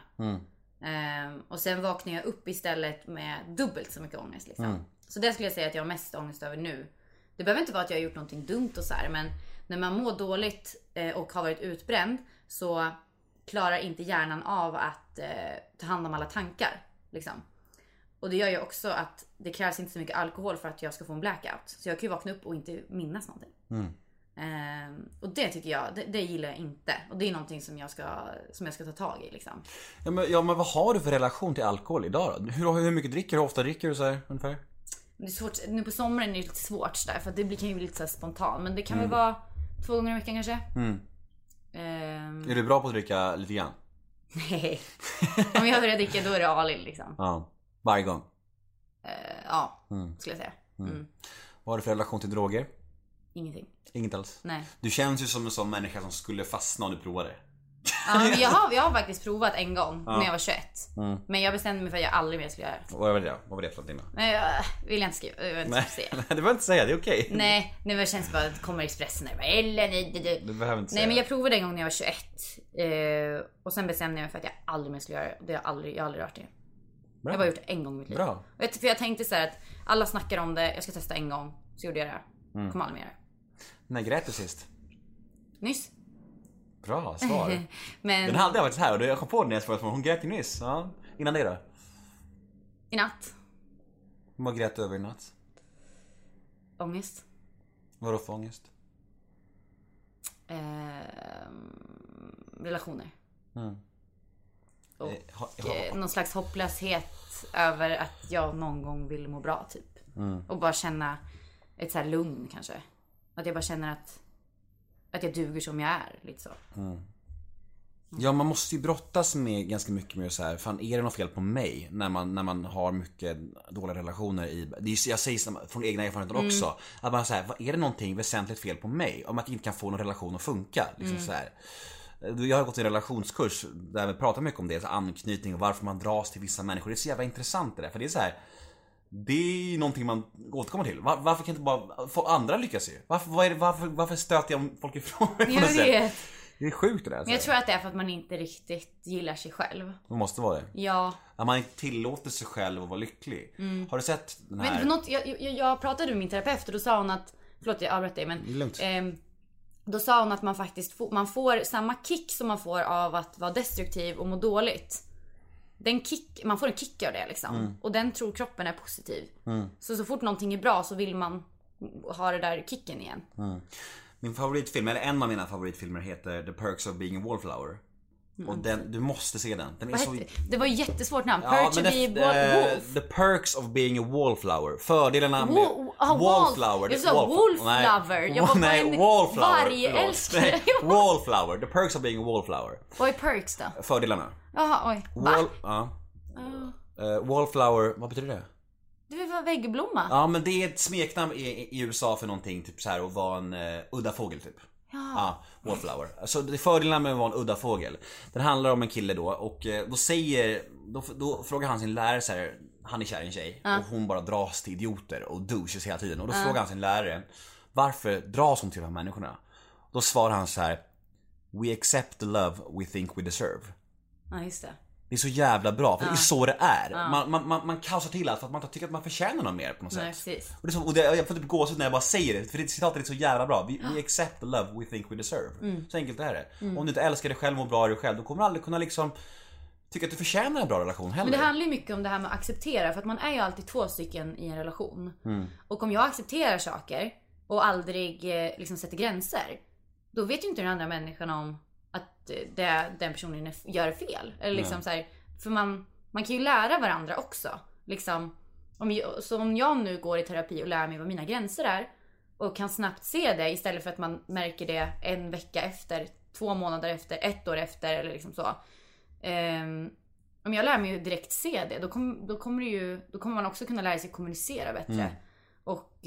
Och sen vaknar jag upp istället med dubbelt så mycket ångest liksom. Så det skulle jag säga att jag har mest ångest över nu. Det behöver inte vara att jag har gjort någonting dumt och så här, men när man mår dåligt och har varit utbränd, så klarar inte hjärnan av att ta hand om alla tankar liksom. Och det gör ju också att det krävs inte så mycket alkohol för att jag ska få en blackout. Så jag kan ju vakna upp och inte minnas någonting. Och det tycker jag, det gillar jag inte. Och det är någonting som jag ska ta tag i liksom. Ja, men vad har du för relation till alkohol idag då? Hur mycket dricker du? Hur ofta dricker du så här ungefär? Det är svårt, nu på sommaren är det lite svårt där, för att det kan ju bli lite så här spontant. Men det kan väl vara 2 gånger i veckan kanske. Är du bra på att dricka lite grann? Nej. Om jag börjar dricka, då är det all in liksom. Ja, varje gång. Ja, skulle jag säga. Vad har du för relation till droger? Ingenting. Inget alls? Nej. Du känns ju som en sån människa som skulle fastna om du provade. Ja, men jag har faktiskt provat en gång när jag var 21. Men jag bestämde mig för att jag aldrig mer skulle göra det. Vad var det för någonting då? Men jag vill inte skriva, jag vill inte säga. Nej, du behöver inte säga, det är okej. Nej, det känns bara att det kommer Expressen eller Du behöver inte säga. Nej, men jag provade en gång när jag var 21. Och sen bestämde jag mig för att jag aldrig mer skulle göra det. Jag har aldrig rört det. Bra. Jag har bara gjort det en gång i mitt liv. Bra. För jag tänkte så här att alla snackar om det, jag ska testa en gång. Så gjorde jag det. Kommer aldrig mer göra det. När grät du sist? Nyss. Bra svar. Men Den hade jag faktiskt här, och jag kom på den när jag svarade på. Hon grät ju nyss. Ja. Innan det då? i natt. Vad grät du över i natt? Ångest. Vadå för ångest? Relationer. Och Ja. någon slags hopplöshet över att jag någon gång vill må bra typ. Och bara känna ett så här lugn kanske. Att jag bara känner att jag duger som jag är, lite så. Ja, man måste ju brottas med ganska mycket med så här, fan, är det något fel på mig när man har mycket dåliga relationer i, jag säger från egna erfarenheter också, att man säger, är det någonting väsentligt fel på mig om att inte kan få någon relation att funka liksom så här. Jag har gått en relationskurs där vi pratar mycket om det, så anknytning och varför man dras till vissa människor. Det är så jävla intressant det där, för det är så här, det är någonting man återkommer till. Varför kan inte bara få andra lyckas ju? Varför stöter jag folk ifrån mig på något sätt? Det är sjukt det där. Men jag tror att det är för att man inte riktigt gillar sig själv. Det måste vara det. Ja. Att man inte tillåter sig själv att vara lycklig. Har du sett den här? Men något, jag pratade med min terapeut och då sa hon att, förlåt jag avbröt dig, men lugnt. Då sa hon att man faktiskt man får samma kick som man får av att vara destruktiv och må dåligt. Man får en kick av det liksom. Och den tror kroppen är positiv. Så fort någonting är bra så vill man ha det där kicken igen. Min favoritfilm, eller en av mina favoritfilmer, heter The Perks of Being a Wallflower. Och du måste se den. Den är så... Det var ju jättesvårt namn. Perks of Being a Wolf. The Perks of Being a Wallflower. Fördelarna med Wallflower. Jag sa Wolflover. Jag var nej, Wallflower. Vargälskare. Wallflower. The Perks of Being a Wallflower. Vad är perks då? Fördelarna. Jaha, oj. Wallflower, vad betyder det? Det var väggblomma. Ja, men det är ett smeknamn i USA för någonting typ så här, att vara en udda fågel typ. Ja, wallflower. Alltså det är fördelarna med att vara en udda fågel. Den handlar om en kille då, och då frågar han sin lärare så här, han är kär i en tjej och hon bara dras till idioter och douches hela tiden. Och då frågar han sin lärare, varför dras hon till de här människorna? Då svarar han så här: we accept the love we think we deserve. Ja, just det. Det är så jävla bra, för det är så det är. Man kaosar till allt för att man inte tycker att man förtjänar något mer på något Nej, sätt. precis. Och, det är så, och det, jag får typ gåshud när jag bara säger det, för det citatet är så jävla bra. We accept the love we think we deserve. Så enkelt är det. Om du inte älskar dig själv och mår bra i dig själv, då kommer du aldrig kunna liksom tycka att du förtjänar en bra relation heller. Men det handlar ju mycket om det här med att acceptera, för att man är ju alltid 2 stycken i en relation. Och om jag accepterar saker och aldrig liksom sätter gränser, då vet ju inte den andra människan om att den personen gör fel. Eller liksom så här, för man kan ju lära varandra också. Liksom, om jag nu går i terapi och lär mig vad mina gränser är och kan snabbt se det, istället för att man märker det 1 vecka efter, 2 månader efter, 1 år efter eller liksom så. Om jag lär mig ju direkt se det, då kommer man också kunna lära sig kommunicera bättre och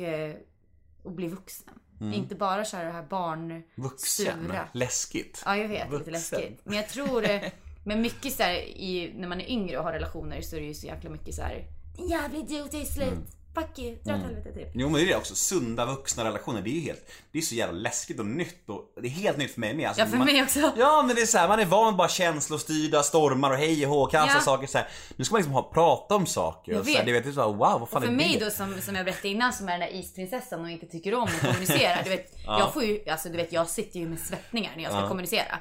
bli vuxen. Inte bara så här det här vuxen, sura. läskigt. Ja, jag vet, vuxen. lite läskigt. Men jag tror men mycket så här, när man är yngre och har relationer, så är det ju så jäkla mycket så här: din jävla idiot, är slut. Fuck you, dra åt helvete typ. Jo, men det är också sunda vuxna relationer. Det är så jävla läskigt och nytt, och det är helt nytt för mig med. Alltså, Ja, för mig också. Ja, men det är så här, man är van bara känslostyrda stormar och hej och hå, kassa saker så här. Nu ska man liksom prata om saker och så här, det vet du så här, wow, vad fan och för är mig det? då som jag berättade innan, som är den där isprinsessan och inte tycker om att kommunicera, du vet, jag får ju, alltså du vet, jag sitter ju med svettningar när jag ska kommunicera.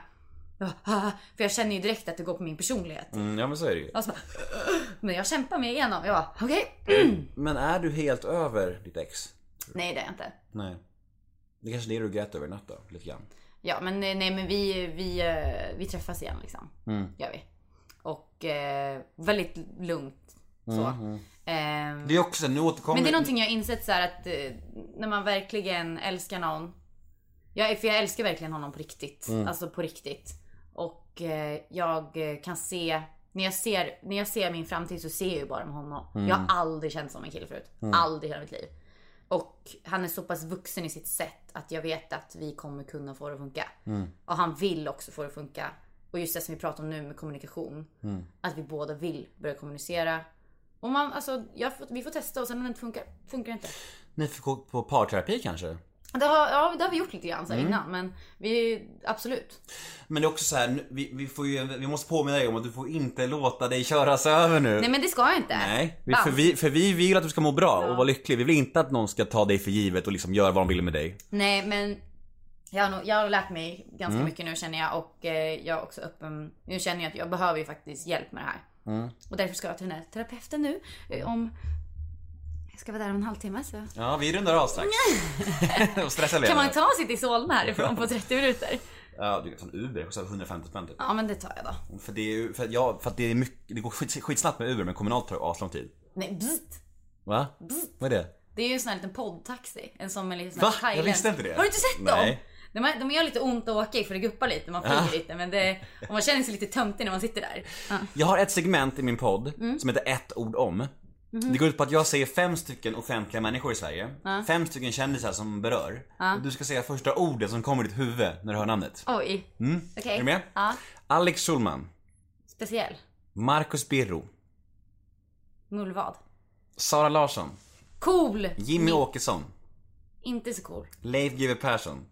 För jag känner ju direkt att det går på min personlighet. Ja, men så är det ju. Alltså, men jag kämpar mig igenom. Jag bara, okej. Men är du helt över ditt ex? Nej, det är jag inte. Nej. Det är kanske det du grätt över natt då, lite grann. Ja, men nej, men vi träffas igen liksom. Gör vi. Och väldigt lugnt så. Det är också nu återkommer. Men det är någonting jag har insett så här, att när man verkligen älskar någon. För jag älskar verkligen honom på riktigt. Alltså på riktigt. Och jag kan se, när jag ser min framtid, så ser jag ju bara med honom. Jag har aldrig känt som en kille förut. Aldrig i hela mitt liv. Och han är så pass vuxen i sitt sätt att jag vet att vi kommer kunna få det att funka. Och han vill också få det att funka. Och just det som vi pratar om nu med kommunikation. Att vi båda vill börja kommunicera. Och vi får testa, och sen om det inte funkar det inte. Ni får gå på parterapi kanske? Det har vi gjort lite grann så innan, men absolut. Men det är också så här, vi måste påminna dig om att du får inte låta dig köras över nu. Nej, men det ska jag inte. Nej, för vi vill att du ska må bra och vara lycklig. Vi vill inte att någon ska ta dig för givet och liksom göra vad de vill med dig. Nej, men jag har lärt mig ganska mycket nu, känner jag. Och jag är också öppen. Nu känner jag att jag behöver ju faktiskt hjälp med det här. Och därför ska jag till den här terapeuten nu. Jag ska vara där om en halvtimme så. Ja, vi rundar av strax. Och kan man ta sitt i Solna härifrån på 30 minuter? Ja, du kan ta en Uber, kostar 150 spänn typ. Ja, men det tar jag då. För det är mycket, det går skitsnabbt med Uber, men kommunalt tar det aslång tid. Nej, bzzt. Va? Bzzt. Vad är det? Det är ju en sån här liten poddtaxi. En sån med lite sån här här jag visste inte det. Har du inte sett Nej. dem? De gör lite ont att åka i, för det guppar lite, man flyger lite. Men och man känner sig lite töntig när man sitter där. Jag har ett segment i min podd som heter ett ord om. Det går ut på att jag säger 5 stycken offentliga människor i Sverige. 5 stycken kändisar som berör. Och du ska säga första ordet som kommer i ditt huvud när du hör namnet. Oj. Okej. Är du med? Ja. Alex Schulman. Speciell. Marcus Birro. Mullvad. Sara Larsson. Cool. Jimmy Åkesson. Inte så cool. Leif GW Persson.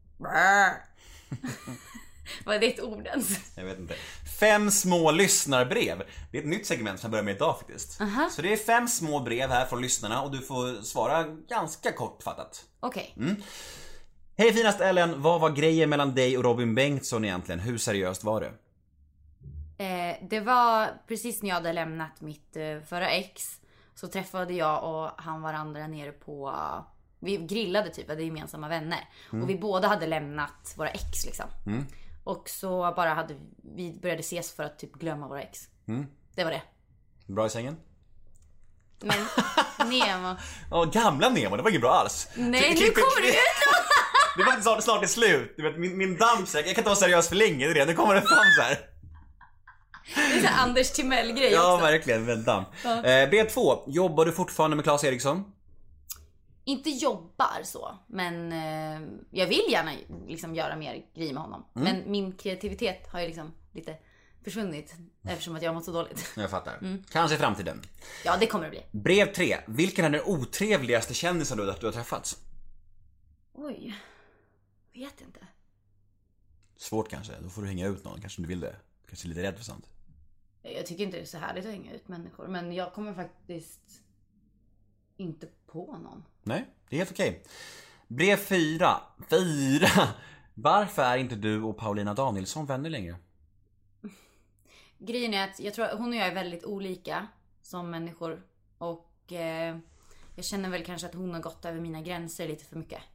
Vad är det ett ord ens? Jag vet inte. 5 små lyssnarbrev. Det är ett nytt segment som jag börjar med idag faktiskt. Så det är 5 små brev här från lyssnarna, och du får svara ganska kortfattat. Okej. Hej finast Ellen, vad var grejen mellan dig och Robin Bengtsson egentligen? Hur seriöst var det? Det var precis när jag hade lämnat mitt förra ex. Så träffade jag och han varandra nere på... Vi grillade typ, vi hade gemensamma vänner. Och vi båda hade lämnat våra ex liksom. Och så bara vi började ses för att typ glömma våra ex. Det var det. Bra i sängen? Men Nemo. Gamla Nemo, det var inget bra alls. Nej, nu kommer det ut. Det var inte snart är slut. Du vet, min dammsäck, jag kan inte vara seriös för länge. Det är det, nu kommer det fram så här. Det är så här Anders Timell-grej också. Ja, verkligen, vänta. Brev 2, jobbar du fortfarande med Claes Eriksson? Inte jobbar så, men jag vill gärna liksom göra mer grejer med honom. Men min kreativitet har ju liksom lite försvunnit eftersom att jag har mått så dåligt. Jag fattar. Kanske i framtiden. Ja, det kommer det bli. Brev 3, vilken är den otrevligaste kändisen du har träffat? Oj, vet inte. Svårt kanske, då får du hänga ut någon, kanske du vill det. Kanske lite rädd för sånt. Jag tycker inte det är så härligt att hänga ut människor. Men jag kommer faktiskt inte på någon. Nej, det är helt okej. Brev 4. Varför är inte du och Paulina Danielsson vänner längre? Grejen är att jag tror att hon och jag är väldigt olika som människor. Och jag känner väl kanske att hon har gått över mina gränser lite för mycket.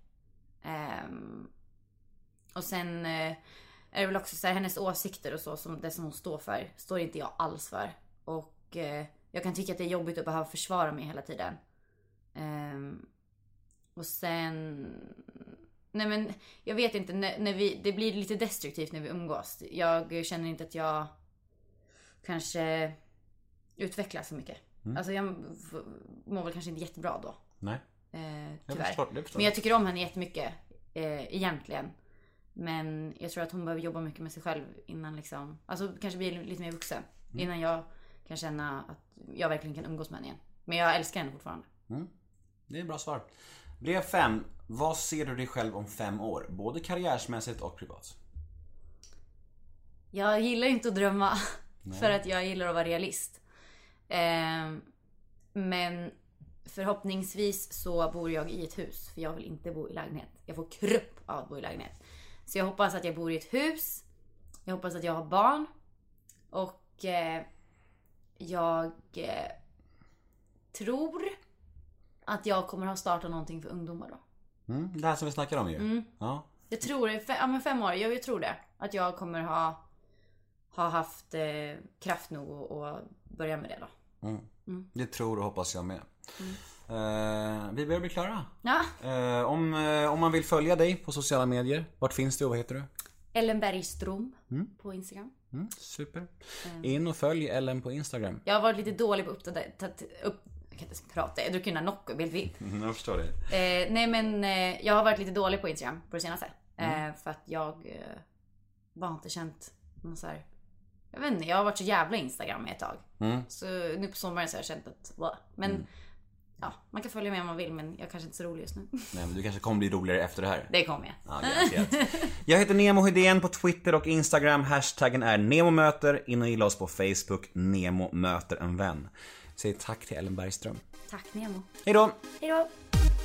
Och sen är det väl också så här, hennes åsikter och så, som det som hon står för, står inte jag alls för. Och jag kan tycka att det är jobbigt att behöva försvara mig hela tiden. Och sen... Nej men, jag vet inte, när det blir lite destruktivt när vi umgås. Jag känner inte att jag kanske utvecklas så mycket. Alltså jag mår väl kanske inte jättebra då. Nej. Tyvärr. Jag förstår. Men jag tycker om henne jättemycket egentligen. Men jag tror att hon behöver jobba mycket med sig själv innan liksom, alltså kanske bli lite mer vuxen. Innan jag kan känna att jag verkligen kan umgås med henne igen. Men jag älskar henne fortfarande. Det är ett bra svar. Brev 5. Vad ser du dig själv om 5 år? Både karriärsmässigt och privat. Jag gillar inte att drömma. För att jag gillar att vara realist. Men förhoppningsvis så bor jag i ett hus. För jag vill inte bo i lägenhet. Jag får krupp av att bo i lägenhet. Så jag hoppas att jag bor i ett hus. Jag hoppas att jag har barn. Och jag tror att jag kommer ha startat någonting för ungdomar då. Det här som vi snackar om ju. Ja. Jag tror det, 5 år, jag tror det. Att jag kommer ha haft kraft nog att börja med det då. Det tror och hoppas jag med. Vi börjar bli klara. Ja. Om man vill följa dig på sociala medier, vart finns du och vad heter du? Ellen Bergström på Instagram. Super. In och följ Ellen på Instagram. Jag har varit lite dålig på jag kan inte prata, jag druckit Nocco, helt vilt. Jag förstår det. Nej men jag har varit lite dålig på Instagram på det senaste. För att jag bara inte känt någon så här, jag vet inte, jag har varit så jävla Instagram ett tag. Så nu på sommaren så har jag känt att men ja, man kan följa med om man vill, men jag kanske inte är så rolig just nu. Nej, men du kanske kommer bli roligare efter det här. Det kommer jag. Ja, garanterat. Jag heter Nemo Hedén på Twitter och Instagram. Hashtaggen är NEMOMÖTER. In och gilla oss på Facebook. Nemo möter en vän. Säg tack till Ellen Bergström. Tack Nemo. Hej då. Hej då.